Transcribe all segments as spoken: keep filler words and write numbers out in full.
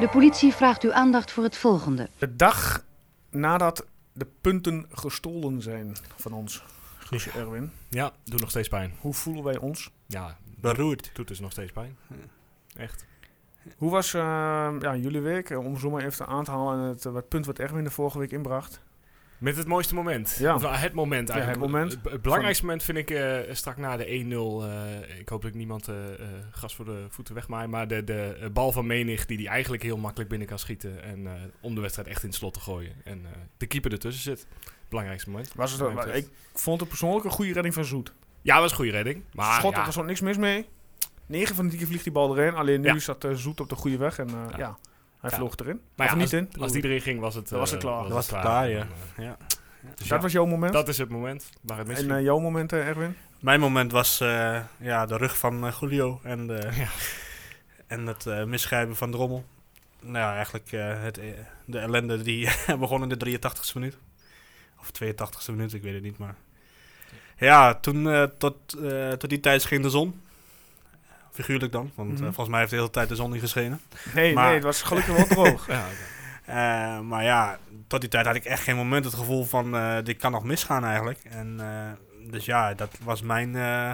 De politie vraagt uw aandacht voor het volgende. De dag nadat de punten gestolen zijn van ons, Guusje Erwin. Ja, doet nog steeds pijn. Hoe voelen wij ons? Ja, beroerd. Doet dus nog steeds pijn. Echt. Hoe was uh, ja, jullie week? Om zo maar even aan te halen het, het punt wat Erwin de vorige week inbracht. Met het mooiste moment. Ja. Of, nou, het moment eigenlijk. Ja, het, moment. Het, het belangrijkste van... moment vind ik uh, strak na de één nul. Uh, ik hoop dat ik niemand uh, uh, gas voor de voeten wegmaai. Maar de, de uh, bal van Menig die hij eigenlijk heel makkelijk binnen kan schieten. En uh, om de wedstrijd echt in het slot te gooien. En uh, de keeper ertussen zit. Belangrijkste moment. Was het, uh, ik vond het persoonlijk een goede redding van Zoet. Ja, dat was een goede redding. Maar Schot, ja. er was ook niks mis mee. negen van de tien keer vliegt die bal erin. Alleen nu ja. zat uh, Zoet op de goede weg. En uh, ja. ja, hij ja. vloog erin. Maar ja, niet als, in. als die erin ging, was het, uh, dat was het klaar. Was dat was het klaar, klaar, ja. En, uh, ja. Dus dat ja, was jouw moment? Dat is het moment waar het misging. En uh, jouw moment, uh, Erwin? Mijn moment was uh, ja, de rug van uh, Julio en, de, ja. en het uh, misgrijpen van Drommel. Nou ja, eigenlijk uh, het, uh, de ellende die begon in de drieëntachtigste minuut. Of tweeëntachtigste minuut, ik weet het niet, maar... Ja, toen uh, tot, uh, tot die tijd scheen de zon. Figuurlijk dan, want mm-hmm. uh, volgens mij heeft de hele tijd de zon niet geschenen. Nee, maar, nee, het was gelukkig wel droog. ja, okay. uh, maar ja, tot die tijd had ik echt geen moment het gevoel van... Uh, dit kan nog misgaan eigenlijk. En, uh, dus ja, dat was mijn uh,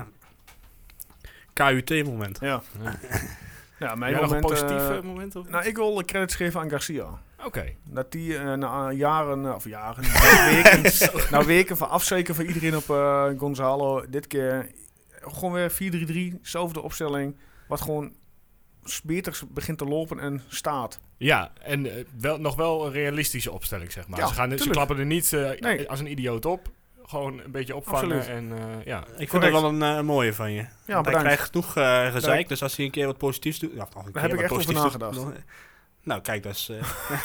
K U T-moment. Ja. ja. ja mijn ja, moment, nog een positief uh, uh, moment? Of nou, ik wil de credits geven aan Garcia. Oké. Okay. Dat die uh, na jaren, of jaren, na weken, na weken van afzeiken van iedereen op uh, Gonzalo, dit keer gewoon weer vier drie drie, zelfde opstelling, wat gewoon beter begint te lopen en staat. Ja, en uh, wel, nog wel een realistische opstelling, zeg maar. Ja, ze, gaan, ze klappen er niet uh, nee. als een idioot op. Gewoon een beetje opvangen. Absoluut. En, uh, ja. Ik vind het wel een uh, mooie van je. Ja, hij krijgt genoeg uh, gezeik, dus als hij een keer wat positiefs doet... Ja, Daar heb ik echt over nagedacht. Doet, nou, kijk, dat is... Uh,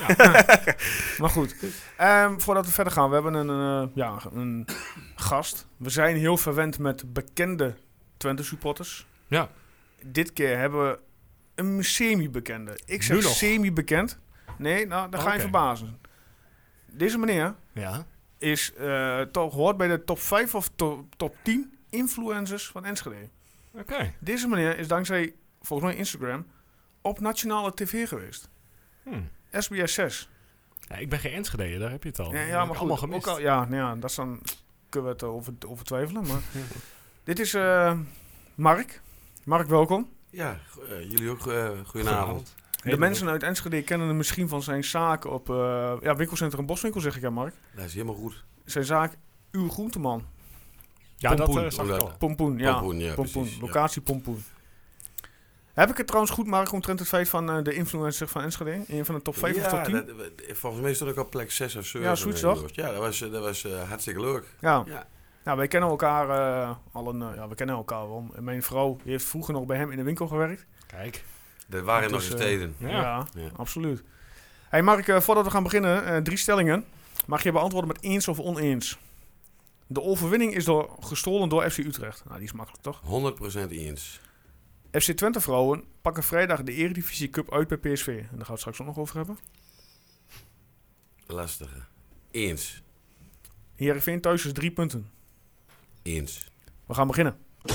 maar goed, um, voordat we verder gaan, we hebben een, uh, ja, een gast. We zijn heel verwend met bekende Twente-supporters. Ja. Dit keer hebben we een semi-bekende. Ik zeg semi-bekend. Nee, nou, dan ga je okay. verbazen. Deze meneer ja. is uh, toch, hoort bij de top vijf of to- top tien influencers van Enschede. Oké. Okay. Deze meneer is dankzij, volgens mij Instagram, op nationale tv geweest. Hmm. S B S zes. Ja, ik ben geen Enschede, daar heb je het al. Ja, ja maar goed, ook al, ja, nou ja, dat is dan, kunnen we het over, over twijfelen. Maar dit is uh, Mark. Mark, welkom. Ja, uh, jullie ook uh, goedenavond. De mensen uit Enschede kennen hem misschien van zijn zaak op uh, ja, winkelcentrum Boswinkel, zeg ik ja, Mark. Dat is helemaal goed. Zijn zaak Uw Groenteman. Ja, Pompoen, dat uh, zag ik al. Pompoen, ja. Pompoen, ja, Pompoen. Precies, locatie ja. Pompoen. Heb ik het trouwens goed, Mark, omtrent het feit van uh, de influencer van Enschede? Een van de top vijf ja, of top tien? Dat, volgens mij stond ik op plek zes of zeven. Ja, zoiets toch? Ja, dat was, dat was uh, hartstikke leuk. Ja. ja. Nou, wij kennen elkaar uh, al een... Uh, ja, we kennen elkaar wel. Mijn vrouw heeft vroeger nog bij hem in de winkel gewerkt. Kijk. Dat waren nog dus, eens steden. Uh, ja, ja, ja, absoluut. Hey Mark, uh, voordat we gaan beginnen, uh, drie stellingen. Mag je beantwoorden met eens of oneens? De overwinning is door, gestolen door F C Utrecht. Nou, die is makkelijk, toch? honderd procent eens. F C Twente vrouwen pakken vrijdag de Eredivisie Cup uit bij P S V. En daar gaan we het straks ook nog over hebben. Lastige. Eens. Heerenveen thuis is drie punten. Eens. We gaan beginnen.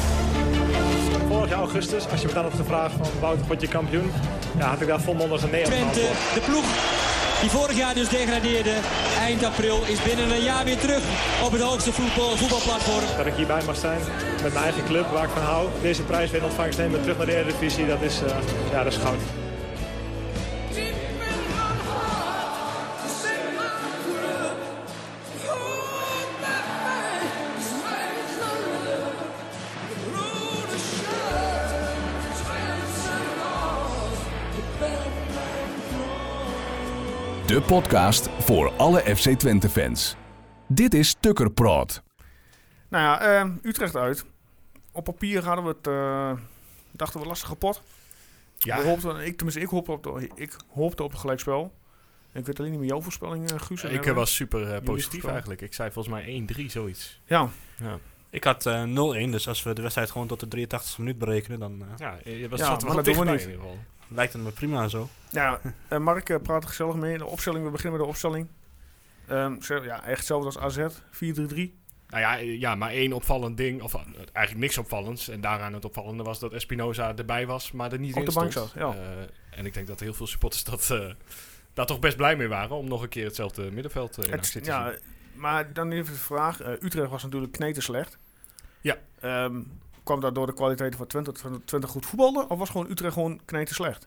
Vorig jaar augustus, als je me dan had gevraagd van Wouter, word je kampioen? Ja, had ik daar volmondig een nee op Twente, de ploeg die vorig jaar dus degradeerde, eind april, is binnen een jaar weer terug op het hoogste voetbal, voetbalplatform. Dat ik hierbij mag zijn, met mijn eigen club, waar ik van hou. Deze prijs weer in ontvangst nemen, terug naar de Eredivisie, dat is, uh, ja, dat is goud. De podcast voor alle F C Twente fans. Dit is Tukker Praat. Nou ja, uh, Utrecht uit. Op papier hadden we het, uh, dachten we lastige pot. Ja. We hoopten, ik, tenminste, ik hoopte op, de, ik hoopte op een gelijkspel. Ik weet alleen niet meer jouw voorspelling, uh, Guus. Ik uh, was super uh, positief eigenlijk. Ik zei volgens mij één drie zoiets. Ja. ja. Ik had uh, nul een, dus als we de wedstrijd gewoon tot de drieëntachtigste minuut berekenen, dan... Uh, ja, je was ja, zat maar wel dat doen we niet. In ieder geval. Lijkt het me prima zo. Ja, uh, Mark uh, praat er gezellig mee. De opstelling, we beginnen met de opstelling. Um, ja, echt hetzelfde als A Z, vier drie drie. Nou ja, ja, maar één opvallend ding, of uh, eigenlijk niks opvallends. En daaraan het opvallende was dat Espinoza erbij was, maar er niet Op in de bank stond. zat, ja. Uh, en ik denk dat heel veel supporters dat, uh, daar toch best blij mee waren om nog een keer hetzelfde middenveld uh, in Het, actie te ja, zien. maar dan even de vraag. Uh, Utrecht was natuurlijk kneten slecht. Ja. Um, kwam dat door de kwaliteiten van Twente, Twente goed voetballen? Of was gewoon Utrecht gewoon kneten slecht?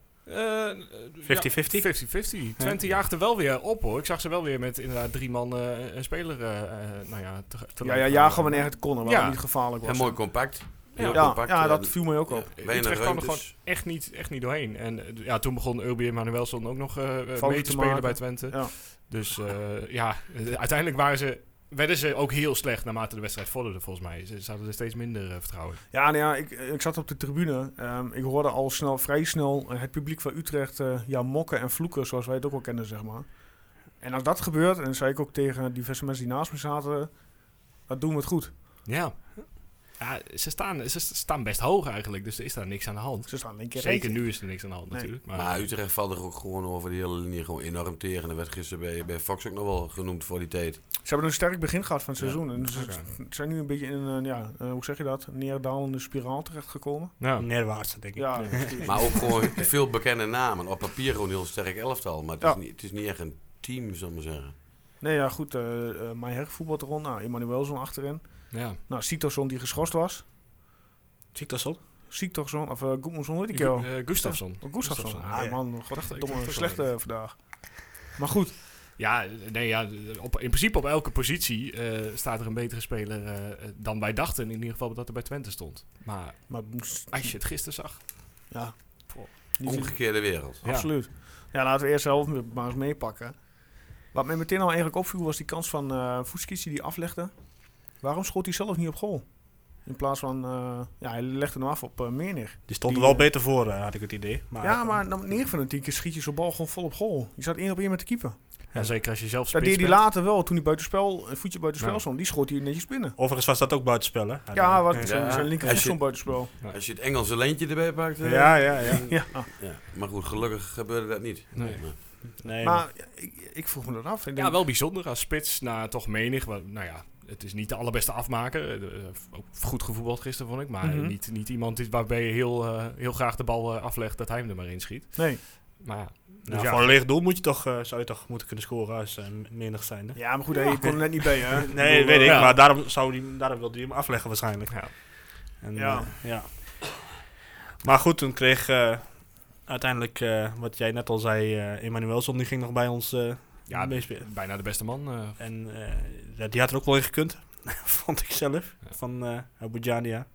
vijftig vijftig? vijftig vijftig. Twente jaagde wel weer op hoor. Ik zag ze wel weer met inderdaad drie man uh, een speler uh, uh, nou ja, te, te Ja, ja, jagen wanneer het kon, waar ja. het niet gevaarlijk was. En mooi compact. Ja, Ja, compact, ja, uh, dat viel mij ook op. Ja, weinig Utrecht kwam er ruimtes. gewoon echt niet, echt niet doorheen. En uh, ja, toen begon Urbi Emanuelson ook nog uh, Fouten mee te te spelen maken. bij Twente. Ja. Dus uh, ja, uh, uiteindelijk waren ze, werden ze ook heel slecht naarmate de wedstrijd vorderde volgens mij. Ze, ze hadden er steeds minder uh, vertrouwen. Ja, nou ja, ik, ik zat op de tribune. Um, ik hoorde al snel, vrij snel uh, het publiek van Utrecht uh, ja, mokken en vloeken, zoals wij het ook wel kennen, zeg maar. En als dat gebeurt, en dat zei ik ook tegen diverse mensen die naast me zaten, dat doen we het goed. Ja. Ja, ze staan, ze staan best hoog eigenlijk, dus er is daar niks aan de hand. Ze staan een keer Zeker nu is er niks aan de hand Nee. natuurlijk. Maar, Maar Utrecht valt er ook gewoon over de hele linie gewoon enorm tegen. Dat werd gisteren bij, bij Fox ook nog wel genoemd voor die tijd. Ze hebben een sterk begin gehad van het seizoen. Ja. En ze Ja. zijn nu een beetje in een, uh, ja, uh, hoe zeg je dat, een neerdalende spiraal terechtgekomen. ja. Neerwaarts, denk ik. Ja, Maar ook gewoon veel bekende namen. Op papier gewoon een heel sterk elftal. Maar het, Ja. is, niet, het is niet echt een team, zullen we zeggen. nee, ja, goed. Uh, uh, Meijer voetbalt er rond. Nou, Emanuelson achterin. Ja. Nou, Sitoson die geschorst was. Zie ik dat zo? Sitoson, of uh, Goedmanson, weet ik wel. Gu- uh, Gustafsson. Oh, Gustafsson. Gustafsson, Ah, ja. man, Dacht ik, goddomme ik dacht slechte wel. vandaag. Maar goed. Ja, nee, ja op, in principe op elke positie uh, staat er een betere speler uh, dan wij dachten. In ieder geval dat er bij Twente stond. Maar Maar, als je het gisteren zag. ja. Niet- Omgekeerde wereld. Ja. Absoluut. Ja, laten we eerst zelf maar eens meepakken. Wat mij meteen al eigenlijk opviel was die kans van uh, Fuskic die die aflegde. Waarom schoot hij zelf niet op goal? In plaats van, uh, ja, hij legde hem af op uh, Menig. Die stond er Die, wel uh, beter voor, uh, had ik het idee. Maar, Ja, maar dan negen van de tien keer schiet je zo'n bal gewoon vol op goal. Je staat één op één met de keeper. Ja, zeker als je zelf Dat spits deed hij bent. later wel, toen hij buitenspel, een voetje buitenspel Ja. stond. Die schoot hij netjes binnen. Overigens was dat ook buitenspel, hè? Ja, wat ja. zijn, zijn linkervoet Als je- stond buitenspel. Als je het Engelse lijntje erbij pakt. uh, Ja, ja, ja. Ja. ja. Maar goed, gelukkig gebeurde dat niet. Nee. Maar- Nee, Maar ja, ik, ik vroeg me dat af. Ik denk, Ja, wel bijzonder als spits na toch menig. wa- Nou ja, het is niet de allerbeste afmaker. Uh, ook goed gevoetbald gisteren vond ik. Maar Mhm. niet, niet iemand die, waarbij je heel, uh, heel graag de bal uh, aflegt dat hij hem er maar in schiet. Nee. Maar ja, dus nou, ja. voor een leeg doel moet je toch, uh, zou je toch moeten kunnen scoren als uh, menig zijn. Hè? Ja, maar goed, hey, je kon er net niet bij, hè? Nee, bedoel, weet ik. ja. Maar daarom, zou die, daarom wilde hij hem afleggen waarschijnlijk. Ja. En, Ja. uh, ja. Maar goed, toen kreeg uh, uiteindelijk, uh, wat jij net al zei, uh, Emanuelson, die ging nog bij ons uh, Ja, meespelen. bijna de beste man. Uh, En uh, ja, die had er ook wel in gekund, vond ik zelf, Ja. van uh, Abujania.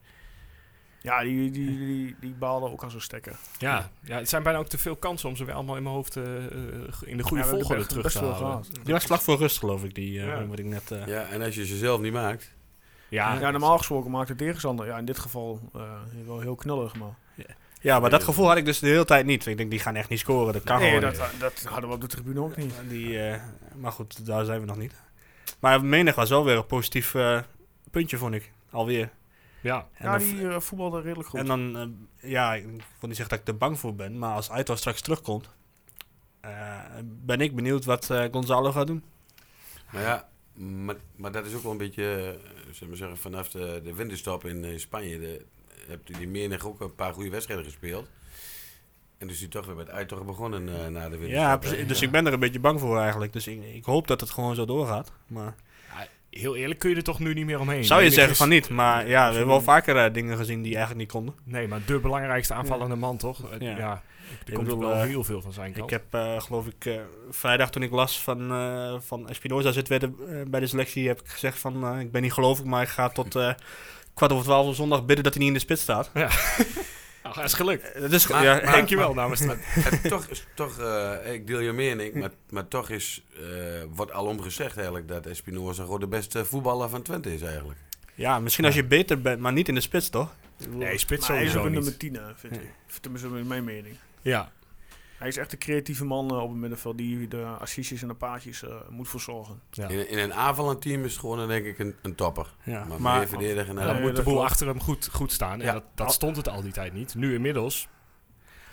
Ja, die, die, die, die baalde ook als een stekker. ja, ja, het zijn bijna ook te veel kansen om ze weer allemaal in mijn hoofd uh, uh, in de goede Ja, we hebben volgorde best- terug best te veel halen. gehad. Die was vlak voor rust, geloof ik, die uh, Ja. wat ik net... Uh, Ja, en als je ze zelf niet maakt. Ja, Ja, normaal gesproken maakt de tegenstander, ja, in dit geval uh, wel heel knullig, maar... Ja, maar dat gevoel had ik dus de hele tijd niet. Ik denk, die gaan echt niet scoren. Dat kan Nee, gewoon dat, dat hadden we op de tribune ook niet. niet. Die, uh, maar goed, daar zijn we nog niet. Maar menig was wel weer een positief uh, puntje, vond ik. Alweer. ja. En Ja, dan, die uh, voetbalde redelijk goed. en dan uh, ja, ik wil niet zeggen dat ik er bang voor ben. Maar als Aitor straks terugkomt, uh, ben ik benieuwd wat uh, Gonzalo gaat doen. Maar ja, maar, maar dat is ook wel een beetje, uh, zullen we zeggen, vanaf de, de winterstop in uh, Spanje. De, heb je die Menig ook een paar goede wedstrijden gespeeld. En dus die toch weer met Aitor begonnen uh, na de winterstop. Ja, hè? precies, dus ik ben er een beetje bang voor eigenlijk. Dus ik, ik hoop dat het gewoon zo doorgaat. Maar Ja, heel eerlijk kun je er toch nu niet meer omheen. zou je Menig zeggen is- van niet. Maar ja, we hebben wel vaker uh, dingen gezien die eigenlijk niet konden. Nee, maar de belangrijkste aanvallende man toch? Uh, Ja. ja. Er Ik komt bedoel, wel uh, heel veel van zijn kant. Ik heb, uh, geloof ik, uh, vrijdag toen ik las van, uh, van Espinoza zit werd, uh, bij de selectie, heb ik gezegd van, uh, ik ben niet gelovig, maar ik ga tot uh, kwart over twaalf op zondag bidden dat hij niet in de spits staat. Ja. Nou, dat is gelukt. Uh, dat is, Maar- ja, maar- Dankjewel namens de... Het toch is toch, uh, ik deel je mening, maar, maar toch is, uh, wordt alom gezegd eigenlijk dat Espinoza gewoon de beste voetballer van Twente is eigenlijk. ja, misschien als je beter bent, maar niet in de spits, toch? Nee, spits Maar hij is ook sowieso een niet. nummer tien, uh, vind ik. Tenminste, in mijn mening. Ja. Hij is echt een creatieve man uh, op het middenveld die de assistjes en de paasjes uh, moet verzorgen. Ja. In, in een aanvallend team is het gewoon denk ik een, een topper. Ja, Maar, maar- meer verdedigen. Ja, en dan Nee, moet de dat boel klopt. achter hem goed, goed staan. En Ja. dat, dat stond het al die tijd niet. Nu inmiddels.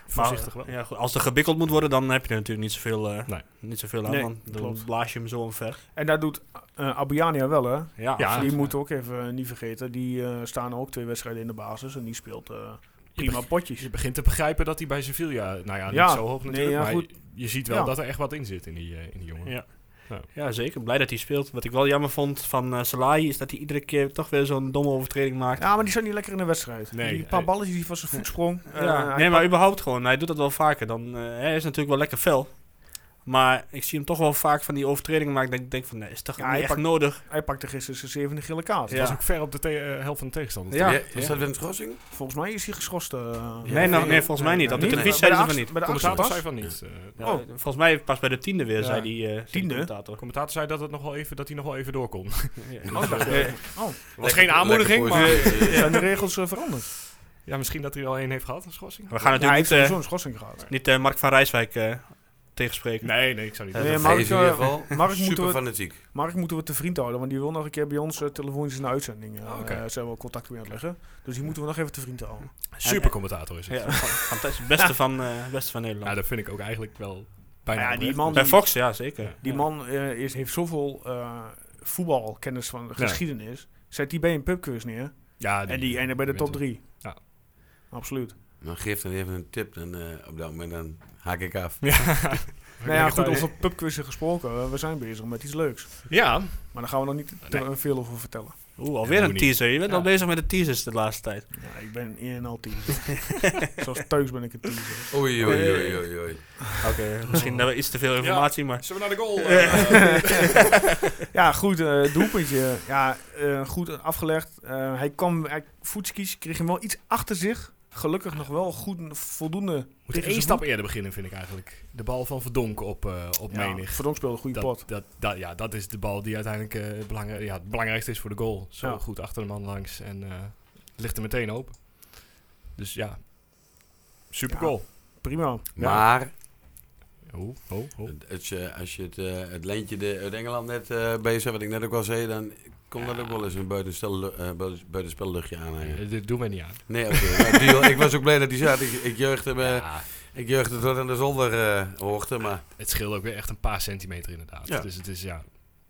Voorzichtig wel. Ja, goed, als er gebikkeld moet worden, dan heb je er natuurlijk niet zoveel, uh, Nee. niet zoveel aan. Nee, Want dan klopt. blaas je hem zo omver. En daar doet uh, Abuyania wel, hè? Ja, Ja. Die moeten we ook even uh, niet vergeten. Die uh, staan ook twee wedstrijden in de basis. En die speelt uh, prima potjes. Je begint te begrijpen dat hij bij Sevilla, nou ja, niet Ja, zo hoog nee, natuurlijk, ja, maar goed. je, je ziet wel Ja. dat er echt wat in zit in die, uh, in die jongen. Ja. Ja. Ja, zeker. Blij dat hij speelt. Wat ik wel jammer vond van uh, Salahi is dat hij iedere keer toch weer zo'n domme overtreding maakt. Ja, maar die zijn niet lekker in de wedstrijd. Nee, die paar hij- balletjes die van zijn voet sprong. Ja, Uh, nee, hij maar überhaupt gewoon. Hij doet dat wel vaker. Dan, uh, hij is natuurlijk wel lekker fel. Maar ik zie hem toch wel vaak van die overtredingen maken. Dat ik denk van, nee, is toch Ja, niet hij echt pakt- nodig. Hij pakte gisteren zijn zevende gele kaart. Het Ja. was ook ver op de te- uh, helft van de tegenstander. Ja. Ja, is dat weer een schorsing? Volgens mij is hij geschorst. Uh, Nee, nou, nee, volgens mij niet. Op de Nee, televisie bij de zeiden ze van achtste- niet. Bij de De achtste commentator pas. zei van niet. Uh, Ja, Oh. Volgens mij pas bij de tiende weer, Ja. zei die, uh, zei die Tiende? commentator. de commentator zei dat, het nog wel even, dat hij nog wel even door kon. Ja. Oh, ik dacht, uh, oh, was geen aanmoediging, maar zijn de regels uh, veranderd? ja, misschien dat hij er al één heeft gehad, een schorsing. We gaan Ja, hij natuurlijk heeft niet, sowieso uh, een schorsing gehad. niet uh, Mark van Rijswijk uh, tegenspreken. Nee, nee, ik zou niet Ja, doen. Nee, Hij Mark, is in ieder uh, geval Mark moeten super we- fanatiek. Mark moeten we te vriend houden, want die wil nog een keer bij ons uh, telefonisch in de uitzending. Uh, Oh, oké. uh, zijn we contact mee aan het leggen. Dus die moeten we nog even te vriend houden. Super commentator is het. Ja, fa- fantastisch. Beste van, uh, beste van Nederland. Nou, dat vind ik ook eigenlijk wel bijna Ja, die oprecht. man- Bij Fox, ja, zeker. Die Ja. man uh, is, heeft zoveel uh, voetbalkennis van de geschiedenis. Zet die bij een pubquiz neer. Ja, en die ene bij de wint top hem. drie. Ja. Absoluut. Maar geef dan even een tip, dan uh, op dat moment dan haak ik af. Nou ja, goed, over pubquizzen gesproken. Uh, we zijn bezig met iets leuks. Ja, Maar daar gaan we nog niet te Nee. veel over vertellen. Oeh, alweer doe een niet. teaser. Je bent Ja. al bezig met de teasers de laatste tijd. Ja, ik ben een en al teaser. Zoals thuis ben ik een teaser. Oei, oei, oei, oei, oei. Oké, misschien uh, iets te veel informatie, maar... zullen we naar de goal? Uh, Ja, goed, uh, doelpuntje. Ja, uh, goed afgelegd. Uh, hij kwam, hij, Voetskies kreeg hem wel iets achter zich. Gelukkig nog wel goed, voldoende. Moet tegen één zijn stap voet. eerder beginnen, vind ik eigenlijk. De bal van Verdonk op, uh, op Ja, Menig. Verdonk speelde een goede Dat, pot. dat, dat, ja, dat is de bal die uiteindelijk uh, belangrijk, ja, het belangrijkste is voor de goal. Zo Ja. goed achter de man langs en uh, ligt er meteen open. Dus ja, super Ja. goal. Prima. Maar Oh, oh, oh. als je, als je het, uh, het lijntje de, uit Engeland net uh, bezig hebt, wat ik net ook al zei, dan komt dat ook wel eens een buitenstel, uh, buiten- buitenspelluchtje aanhangen. Uh, dit doen we niet aan. Nee, oké. Maar die- ik was ook blij dat hij zat. Ik, ik jeugde me, Ja, ik jeugde tot aan de zolderhoogte, maar het scheelt ook weer echt een paar centimeter inderdaad. Ja. Dus het is ja.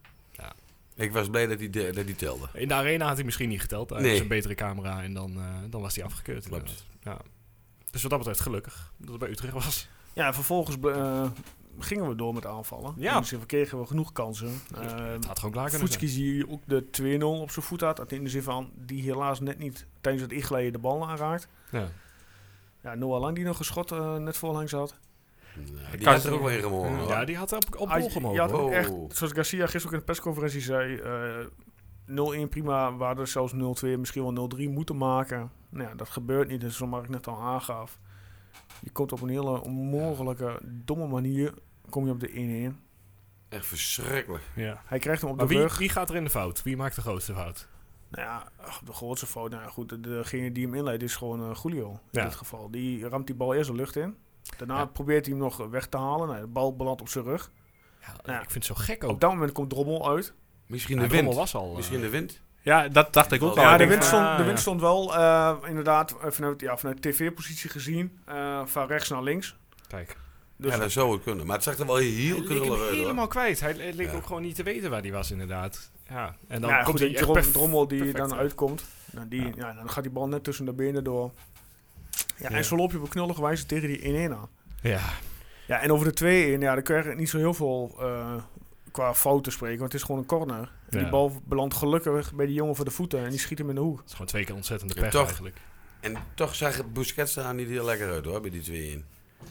ik was blij dat hij, de- dat hij telde. In de arena had hij misschien niet geteld. Hij Nee. was een betere camera en dan, uh, dan was hij afgekeurd. Klopt. inderdaad. Ja. Dus wat dat betreft gelukkig dat het bij Utrecht was. Ja, vervolgens uh, gingen we door met aanvallen. Ja. Dus we kregen we genoeg kansen. Uh, Het had gewoon klaar kunnen zijn. Voetskies die ook de twee nul op zijn voet had. Dat in de zin van, die helaas net niet tijdens het inglijden de bal aanraakt. Ja. Ja, Noah Lang die nog een schot uh, net voor langs had. Nou, die Kan had ze- er ook wel in gemogen. hoor. Ja, die had op, op Hij- bol gemogen. je had hoor. ook Oh. echt, zoals Garcia gisteren ook in de persconferentie zei, uh, nul één prima, we hadden zelfs nul twee, misschien wel nul drie moeten maken. Nou ja, dat gebeurt niet, dus zoals ik net al aangaf. Je komt op een hele onmogelijke, domme manier, kom je op de één één. Echt verschrikkelijk. Ja. Hij krijgt hem op de Maar wie, rug. wie gaat er in de fout? Wie maakt de grootste fout? Nou ja, ach, de grootste fout, nou ja, goed, de- degene die hem inleidt is gewoon uh, Julio in Ja. dit geval. Die ramt die bal eerst de lucht in. Daarna Ja. probeert hij hem nog weg te halen. Nou, de bal belandt op zijn rug. Ja, Ja. Ik vind het zo gek ook. Op dat moment komt Drommel uit. Misschien Ja, de Drommel wind. was al. uh, Misschien de wind. ja, dat dacht ik ook Ja, al. Ja, Ik de denk wind, van, stond, de ah, wind ja. stond wel uh, inderdaad uh, vanuit, ja, vanuit tv-positie gezien. Uh, van rechts naar links. Kijk. Dus Ja, dat zou het kunnen. Maar het zag er wel heel Hij leek hem knullig uit. hoor. helemaal kwijt. Hij le- leek Ja. ook gewoon niet te weten waar hij was inderdaad. Ja, en dan ja, komt goed, hij die echt Drom- perf- Drommel die perfect dan uit. uitkomt. Nou, die, Ja. ja. dan gaat die bal net tussen de benen door. Ja, Ja. En zo loop je op een knullige wijze tegen die één één aan. Ja. Ja, en over de twee één, ja, dan kun je niet zo heel veel uh, qua fouten spreken. Want het is gewoon een corner. En Ja. die bal belandt gelukkig bij die jongen voor de voeten. En die schiet hem in de hoek. Het is gewoon twee keer ontzettende Ja, pech toch. eigenlijk. En toch zag Busquets er niet heel lekker uit hoor, bij die twee in.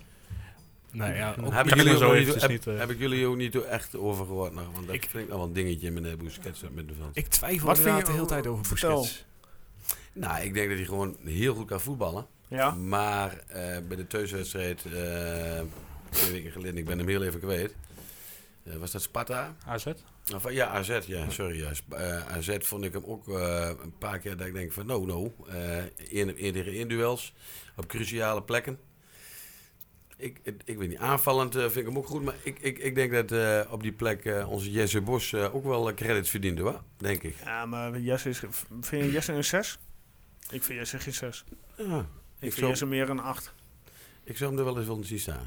Nou ja, ook Heb ik, kan jullie ik me ook zo niet, eventjes heb, niet, uh, heb ik jullie ook niet echt over gehoord nog? Want dat Ik- vind ik nog wel een dingetje met de Busquets op middenveld. ik twijfel Wat vind inderdaad je- de hele tijd over vertel. Busquets. Nou, ik denk dat hij gewoon heel goed kan voetballen. Ja. Maar eh, bij de thuiswedstrijd, eh, twee weken geleden, ik ben hem heel even kwijt. Eh, was dat Sparta? A Z? Of, ja, A Z, ja, sorry. Ja. Sp- eh, A Z vond ik hem ook eh, een paar keer dat ik denk van, no, no. eh één één tegen één duels op cruciale plekken. Ik, ik, ik weet niet, aanvallend eh, vind ik hem ook goed. Maar ik, ik, ik denk dat eh, op die plek eh, onze Jesse Bos eh, ook wel eh, credits verdient hoor, denk ik. Ja, maar Jesse is, vind je Jesse een zes? Ik vind Jesse geen zes. Ja, Ik vind zo- Jesse meer een acht. Ik zou hem er wel eens willen zien staan.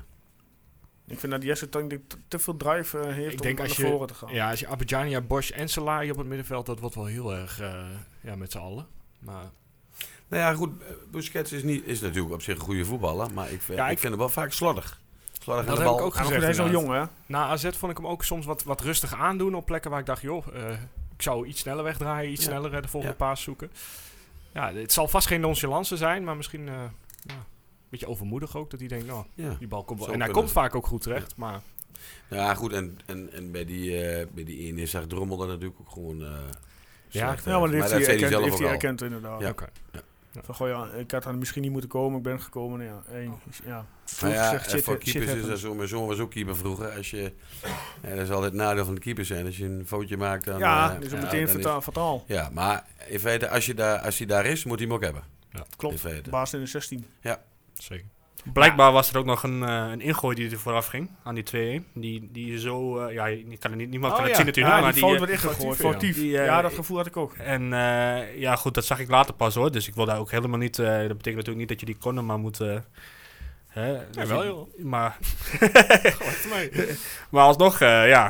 Ik vind dat Jesse Tank te, te veel drive uh, heeft Ik om denk naar als voren je, te gaan. ja, als je Abidjania, Bosch en Salahi op het middenveld, dat wordt wel heel erg uh, ja, met z'n allen. Maar... Nou ja, goed. Busquets is, niet, is natuurlijk op zich een goede voetballer, maar ik, Ja, ik, ik vind hem wel vaak slordig. Slordig aan Dat de heb bal. ik ook Ja, maar gezegd. goed, hij is nog inderdaad. jong, hè? Na A Z vond ik hem ook soms wat, wat rustig aandoen op plekken waar ik dacht, joh, uh, ik zou iets sneller wegdraaien, iets Ja. sneller uh, de volgende Ja. paas zoeken. Ja, het zal vast geen nonchalance zijn, maar misschien uh, ja, een beetje overmoedig ook, dat hij denkt, nou, Ja. die bal komt wel. Zou En hij kunnen. komt vaak ook goed terecht, maar... Ja, goed. En, en, en bij die, uh, bij die ene zag Drommel dan natuurlijk ook gewoon uh, Ja. slecht Ja, uit. maar dat heeft dat hij zei hij erkend, zelf heeft ook hij al. erkend inderdaad. Ja. Oké. Van, goh, ja, ik had er misschien niet moeten komen, ik ben gekomen. Ja, hey, ja. Nou ja, Zegt, en shit, voor shit keepers is happens. dat zo. Mijn zoon was ook keeper vroeger. Als je, ja, dat is altijd het nadeel van de keeper zijn. Als je een foutje maakt, dan... Ja, uh, dat is ja, ook meteen dan is- fataal. fataal. Ja, maar in feite, als, je daar, als hij daar is, moet hij hem ook hebben. In Klopt, feite. baas in de zestien. Zeker. Blijkbaar was er ook nog een, uh, een ingooi die er vooraf ging aan die twee-een. Die, die zo, uh, ja, je kan er niet, niemand Oh, kan het ja. zien natuurlijk, Ja, maar die die... fout uh, werd ingegooid, foutief, foutief. ja. Ja, Die, uh, dat gevoel had ik ook. En uh, ja, goed, dat zag ik later pas hoor. Dus ik wil daar ook helemaal niet... Uh, dat betekent natuurlijk niet dat je die corner maar moet... Uh, hè, Ja, dus wel je- joh. Maar, Goed mee. maar alsnog, uh, ja...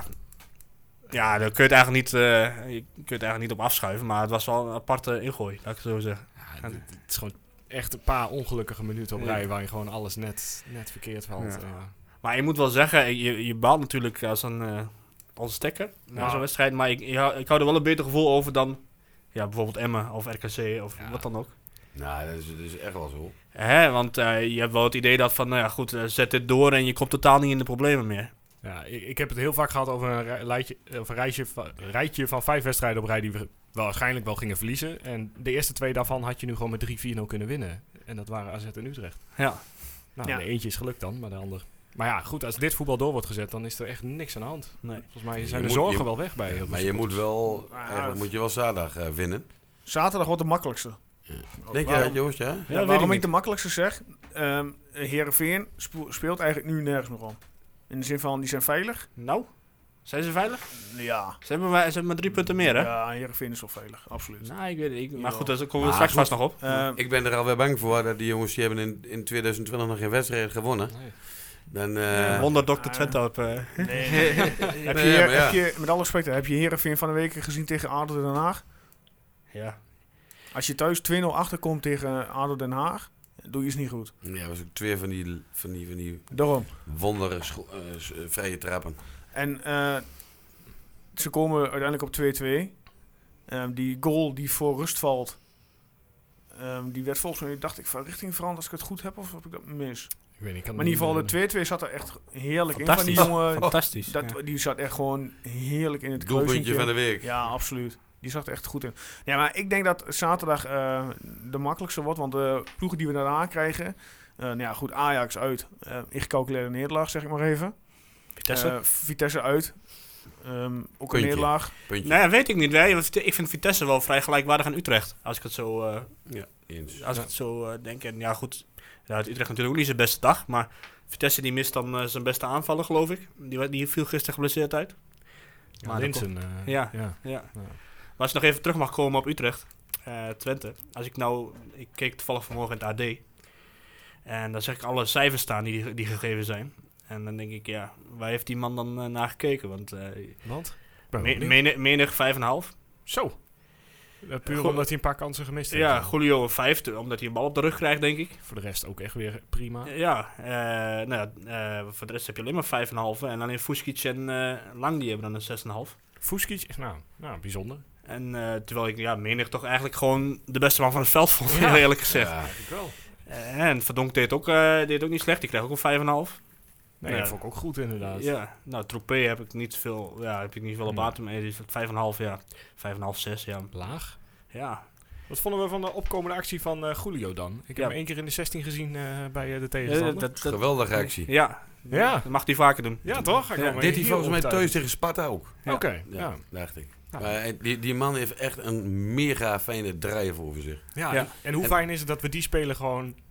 Ja, daar kun je het eigenlijk niet, uh, je kunt het eigenlijk niet op afschuiven. Maar het was wel een aparte ingooi, laat ik het zo zeggen. Ja, het, het is gewoon echt een paar ongelukkige minuten op Ja. rij waar je gewoon alles net, net verkeerd valt. Ja. Ja. Maar je moet wel zeggen, je, je baalt natuurlijk als een, uh, als een stekker na Ja. zo'n wedstrijd. Maar ik, ik, hou, ik hou er wel een beter gevoel over dan ja, bijvoorbeeld Emmen of R K C of Ja. wat dan ook. Nou, dat is, dat is echt wel zo. Hè, want uh, je hebt wel het idee dat van, nou ja goed, uh, zet dit door en je komt totaal niet in de problemen meer. Ja, ik, ik heb het heel vaak gehad over een, rij- lijtje, of een rijtje, van- rijtje van vijf wedstrijden op rij die we wel waarschijnlijk wel gingen verliezen. En de eerste twee daarvan had je nu gewoon met drie vier nul kunnen winnen. En dat waren A Z en Utrecht. Ja. Nou, Ja. de eentje is gelukt dan, maar de ander... Maar ja, goed, als dit voetbal door wordt gezet, dan is er echt niks aan de hand. Nee. Volgens mij Je zijn de moet- zorgen je- wel weg bij heel veel Maar je moet wel, Ah, eigenlijk moet je wel zaterdag uh, winnen. Zaterdag wordt de makkelijkste. Denk je Waarom- dat, Joost? Ja? Ja, weet ik waarom ik niet. de makkelijkste zeg, um, Heerenveen spo- speelt eigenlijk nu nergens meer om. In de zin van, die zijn veilig. Nou, zijn ze veilig? Ja, Ze hebben maar, ze hebben maar drie punten meer, hè? ja Heerenveen is wel veilig, absoluut. Nou, ik weet het. Ik, maar Ja. goed, daar komen we Maar straks goed. vast nog op. Uh, Ik ben er alweer bang voor dat die jongens die hebben in, in twintig twintig nog geen wedstrijd gewonnen. Nee. Dan, uh, Wonder dokter ah. Twente op. Uh, nee. heb, Nee, je, maar Heer- ja. heb je, met alle respect, heb je Heerenveen van de week gezien tegen A D O Den Haag? ja. Als je thuis twee nul achterkomt tegen A D O Den Haag, doe je het niet goed. ja, dat was ook twee van die, van die, van die Daarom. wondere scho- uh, s- uh, vrije trappen. En uh, ze komen uiteindelijk op twee twee. Um, die goal die voor rust valt, um, die werd volgens mij, dacht ik, van richting veranderd als ik het goed heb, of heb ik dat mis? Ik weet niet, ik kan Maar in ieder geval, de niet, twee twee zat er echt heerlijk in van die Fantastisch. jongen. Fantastisch. Dat, ja. Die zat echt gewoon heerlijk in het Doelpuntje kruisingje. van de week. Ja, absoluut. Die zat er echt goed in. Ja, maar ik denk dat zaterdag uh, de makkelijkste wordt, want de ploegen die we daarna krijgen, uh, nou ja, goed, Ajax uit, uh, ingecalculeerde nederlaag, zeg ik maar even. Vitesse? Uh, Vitesse uit, um, ook Puntje. een nederlaag. Puntje. Nee, weet ik niet. Nee, want ik vind Vitesse wel vrij gelijkwaardig aan Utrecht. Als ik het zo, uh, Ja, eens. als Ja. ik het zo uh, denk. En ja, goed. Ja, het Utrecht natuurlijk ook niet zijn beste dag. Maar Vitesse die mist dan uh, zijn beste aanvaller, geloof ik. Die, die viel gisteren geblesseerd uit. Ja, Maar Linsen, uh, Ja. ja. Ja. Ja. Maar als ik nog even terug mag komen op Utrecht, uh, Twente. Als ik nou, ik keek toevallig vanmorgen in het A D. En daar zeg ik alle cijfers staan die, die gegeven zijn. En dan denk ik, ja, waar heeft die man dan uh, naar gekeken? Want uh, Want? Ik ben me, benieuwd. menig, menig vijf komma vijf. Zo. Uh, puur Goed. omdat hij een paar kansen gemist heeft. Ja, Julio een vijf, omdat hij een bal op de rug krijgt, denk ik. Voor de rest ook echt weer prima. Ja, uh, nou, ja, uh, voor de rest heb je alleen maar vijf komma vijf. En alleen Fuskic en uh, Lang, die hebben dan een zes komma vijf. Fuskic is nou, nou bijzonder. En uh, terwijl ik ja, menig toch eigenlijk gewoon de beste man van het veld vond, Ja. eerlijk gezegd. Ja. Ik wel. Uh, en Verdonk deed ook, uh, deed ook niet slecht, die kreeg ook een vijf komma vijf. Nee, Ja. dat vond ik ook goed inderdaad. Ja, nou, Troepé heb ik niet veel, ja, heb ik niet veel op Nee. baten mee. Die is vijf komma vijf, ja. vijf komma vijf, zes, ja. Laag. Ja, Wat vonden we van de opkomende actie van uh, Julio dan? Ik heb Ja. hem één keer in de zestien gezien uh, bij uh, de Uh, tegenstander. dat, dat, Geweldige actie. ja. Ja. Dat mag hij vaker doen. ja, toch? Hij Ja. kwam me Dit hij heel volgens mij thuis overtuigend. tegen Sparta ook. Ja. Oké, Ja, ja. dacht ik. Ja. Maar hij- die, die man heeft echt een mega fijne drive over zich. Ja, Ja. En, en hoe En- fijn is het dat we die speler gewoon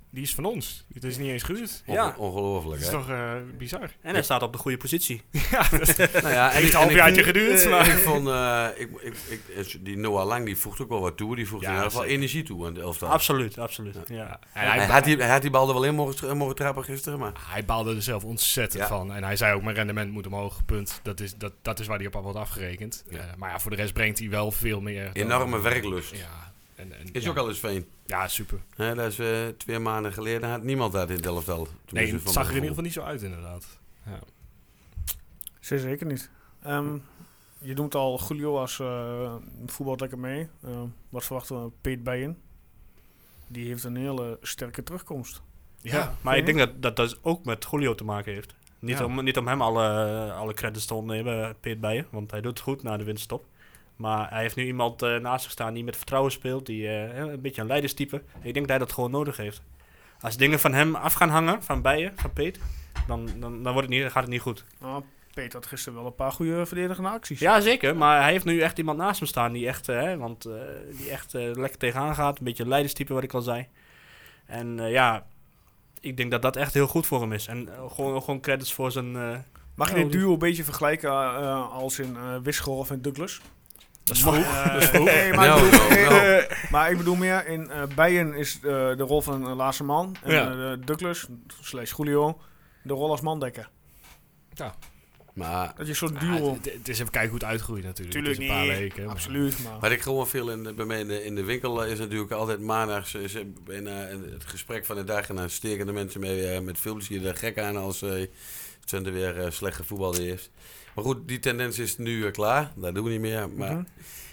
die is van ons. Het is niet eens gehuurd. Ja. Onge- ongelooflijk, Dat is hè? toch uh, bizar. En hij staat op de goede positie. Ja, dat Nou ja, heeft ik- een halfjaartje ik- geduurd. eh, maar Ik vond, uh, ik, ik, ik, die Noah Lang, die voegt ook wel wat toe. Die voegt Ja, in ieder geval zeker. energie toe aan de elftal. Absoluut, absoluut. Ja. En Hij, hij, had die, hij had die bal er wel in mogen, mogen trappen gisteren, maar... hij baalde er zelf ontzettend Ja. van. En hij zei ook, mijn rendement moet omhoog, punt. Dat is, dat, dat is waar hij op wordt afgerekend. Ja. Uh, maar ja, voor de rest brengt hij wel veel meer. dan- Enorme werklust. Ja, en, en, Is ja. ook al eens fijn. Ja, super. Hè, dat is uh, twee maanden geleden. Had niemand dat in het elftal. Nee, Tenminste, het van zag er in mijn ieder geval niet zo uit, inderdaad. Ja. Zeer zeker niet. Um, je noemt al Julio als uh, voetbalt lekker mee. Uh, wat verwachten we? Peet Bijen. Die heeft een hele sterke terugkomst. Ja, Ja, maar ik denk dat, dat dat ook met Julio te maken heeft. Niet, Ja. om, niet om hem alle, alle credits te ontnemen, Peet Bijen, want hij doet het goed na de winststop. Maar hij heeft nu iemand uh, naast zich staan die met vertrouwen speelt, die uh, een beetje een leiderstype. Ik denk dat hij dat gewoon nodig heeft. Als dingen van hem af gaan hangen, van Bijen, van Peet, dan, dan, dan wordt het niet, gaat het niet goed. Nou, Peet had gisteren wel een paar goede verdedigende acties. Ja, zeker, maar hij heeft nu echt iemand naast hem staan die echt, uh, hè, want, uh, die echt uh, lekker tegenaan gaat. Een beetje een leiderstype, wat ik al zei. En uh, ja, ik denk dat dat echt heel goed voor hem is. En uh, gewoon, gewoon credits voor zijn... Uh, Mag je oh, dit duo een beetje vergelijken uh, als in uh, Wisgerhoff en Douglas? Dat is vroeg. Uh, dat is vroeg. Nee, maar, No, ik bedoel, no, nee, no. uh, maar ik bedoel meer, in uh, Bijen is uh, de rol van een laatste man. En Ja. uh, Douglas, slash Julio, de rol als mandekker. Maar Dat je zo'n Ja, duo... het, het is even kijken hoe het uitgroeit natuurlijk. Tuurlijk het is een paar niet, weken. maar- absoluut. Maar. wat ik gewoon veel in de, bij mij in de, in de winkel uh, is natuurlijk altijd maandags is, uh, bijna, uh, het gesprek van de dag. En dan steken de mensen mee, uh, met filmpjes hier er gek aan als uh, Twente weer uh, slecht gevoetbald heeft. Maar goed, die tendens is nu uh, klaar. Dat doen we niet meer. Maar Mhm.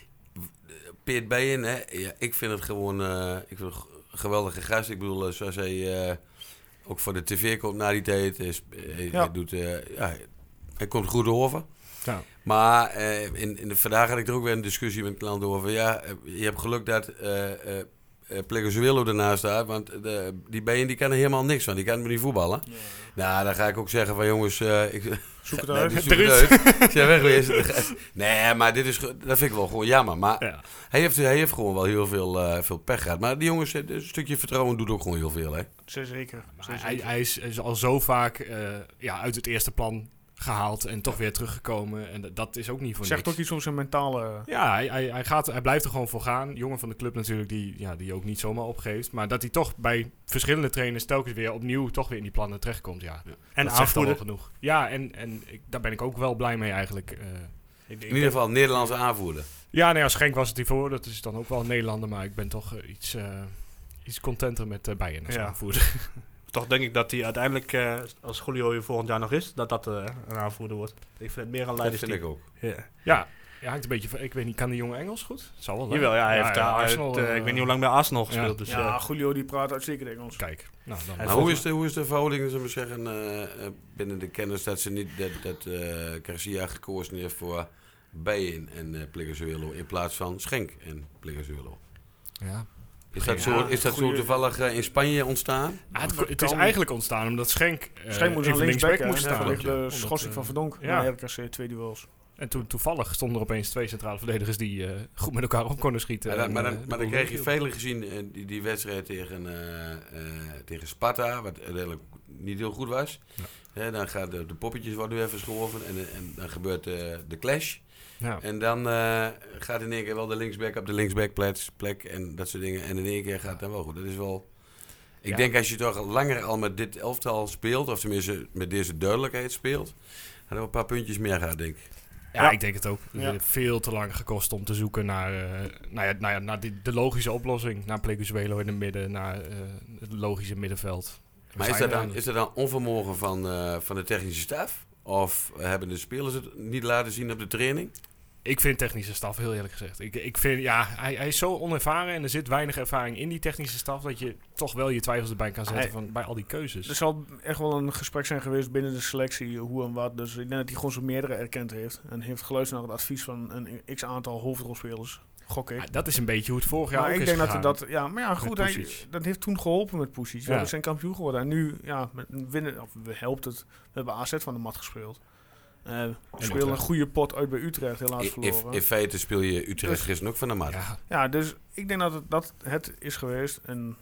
Peet Bijen, hè, ja, ik vind het gewoon uh, ik vind het een geweldige gast. Ik bedoel, uh, zoals hij uh, ook voor de tv komt na die tijd. Is, hij, Ja. hij, doet, uh, ja, hij komt goed over. Ja. Maar uh, in, in de, vandaag had ik er ook weer een discussie met een klant over. Ja, uh, je hebt geluk dat uh, uh, uh, Plegozuelo ernaast staat. Want de, die Bijen die kan er helemaal niks van. Die kan niet voetballen. Ja. Nou, dan ga ik ook zeggen van jongens... Uh, ik, Zoek het Nee, uit. die zoek het uit. Ik zeg wegwezen. Nee, maar dit is, ge- dat vind ik wel gewoon jammer. Maar Ja. hij, heeft, hij heeft gewoon wel heel veel, uh, veel pech gehad. Maar die jongens, een stukje vertrouwen doet ook gewoon heel veel. Hè? Zeer zeker. Maar Zeer hij, zeker. hij is, is al zo vaak uh, ja, uit het eerste plan gehaald en toch weer teruggekomen. En dat- dat is ook niet voor Zegt niks. ook iets over zijn mentale... Ja, hij, hij, hij, gaat, hij blijft er gewoon voor gaan. Jongen van de club natuurlijk, die, ja, die ook niet zomaar opgeeft. Maar dat hij toch bij verschillende trainers telkens weer opnieuw toch weer in die plannen terechtkomt. Ja, en dat zegt al wel aanvoerder. genoeg. Ja, en, en ik, daar ben ik ook wel blij mee eigenlijk. Uh, ik, ik In ieder geval Nederlandse aanvoerder. Ja, nee, als Schenk was het hiervoor. Dat is dan ook wel een Nederlander. Maar ik ben toch uh, iets, uh, iets contenter met uh, Bijen als Ja. aanvoerder. Toch denk ik dat hij uiteindelijk, uh, als Julio hier volgend jaar nog is, dat dat uh, een aanvoerder wordt. Ik vind het meer een Dat vind leiderstype. ik ook. Ja. Ja, ja, hangt een beetje van, ik weet niet, kan die jongen Engels goed? Zal wel. hè? Jawel, ja, hij Ja, heeft, ja, uh, hij Arsenal, heeft, uh, uh, ik weet niet hoe lang bij Arsenal gespeeld. ja. Dus, Ja, ja. Julio die praat uitstekend Engels. Kijk, nou dan. En Maar hoe is, de, hoe is de verhouding, zullen we zeggen, uh, uh, binnen de kennis dat ze niet dat, dat uh, Garcia gekozen heeft voor Bijen en uh, Plegozuelo in plaats van Schenk en Plegozuelo? ja. Is dat, Ja, zo, is dat goeie- zo toevallig uh, in Spanje ontstaan? Ah, het, Dat het is kan. eigenlijk ontstaan omdat Schenk, uh, Schenk moest even aan linksback, linksback moest hè, staan. vanwege Ja, de omdat, schorsing uh, van Verdonk. ja. Ja. R K C, twee duels. En toen toevallig stonden er opeens twee centrale verdedigers die uh, goed met elkaar op konden schieten. Maar dan, en, maar uh, dan, de maar dan boel kreeg je weghielden. velen gezien uh, die, die wedstrijd tegen, uh, uh, tegen Sparta, wat uiteindelijk niet heel goed was. Ja. Hè, dan gaan de, de poppetjes worden weer verschoven en, en dan gebeurt uh, de clash. Ja. En dan uh, gaat in één keer wel de linksback op de linksbackplek plek en dat soort dingen. En in één keer gaat het dan wel goed. Dat is wel... Ik Ja. denk als je toch langer al met dit elftal speelt, of tenminste met deze duidelijkheid speelt, hadden we een paar puntjes meer gehad, denk ik. Ja, Ja. ik denk het ook. Het Ja. heeft veel te lang gekost om te zoeken naar, uh, nou ja, nou ja, naar die, de logische oplossing. Naar Plegozuelo in het midden, naar uh, het logische middenveld. We Maar is zijn dat, er dan, is dat dan onvermogen van, uh, van de technische staf? Of hebben de spelers het niet laten zien op de training? Ik vind technische staf, heel eerlijk gezegd. Ik, ik vind, ja, hij, hij is zo onervaren en er zit weinig ervaring in die technische staf dat je toch wel je twijfels erbij kan zetten Hij- van, bij al die keuzes. Er zal echt wel een gesprek zijn geweest binnen de selectie, hoe en wat. Dus ik denk dat hij gewoon zijn meerdere erkend heeft. En heeft geluisterd naar het advies van een x-aantal hoofdrolspelers. Gok ik. Ja, dat is een beetje hoe het vorig jaar maar ook ik is denk gegaan. dat, dat ja, maar ja, goed, hij, Pusic. dat heeft toen geholpen met Pusic. We Ja. hebben zijn kampioen geworden. En nu, ja, met een winnen, of we helpt het. We hebben A Z van de mat gespeeld. Uh, we spelen een Utrecht. goede pot uit bij Utrecht, helaas In, verloren. in feite speel je Utrecht Dus- gisteren ook van de mat. Ja, Ja, dus ik denk dat het, dat het is geweest. En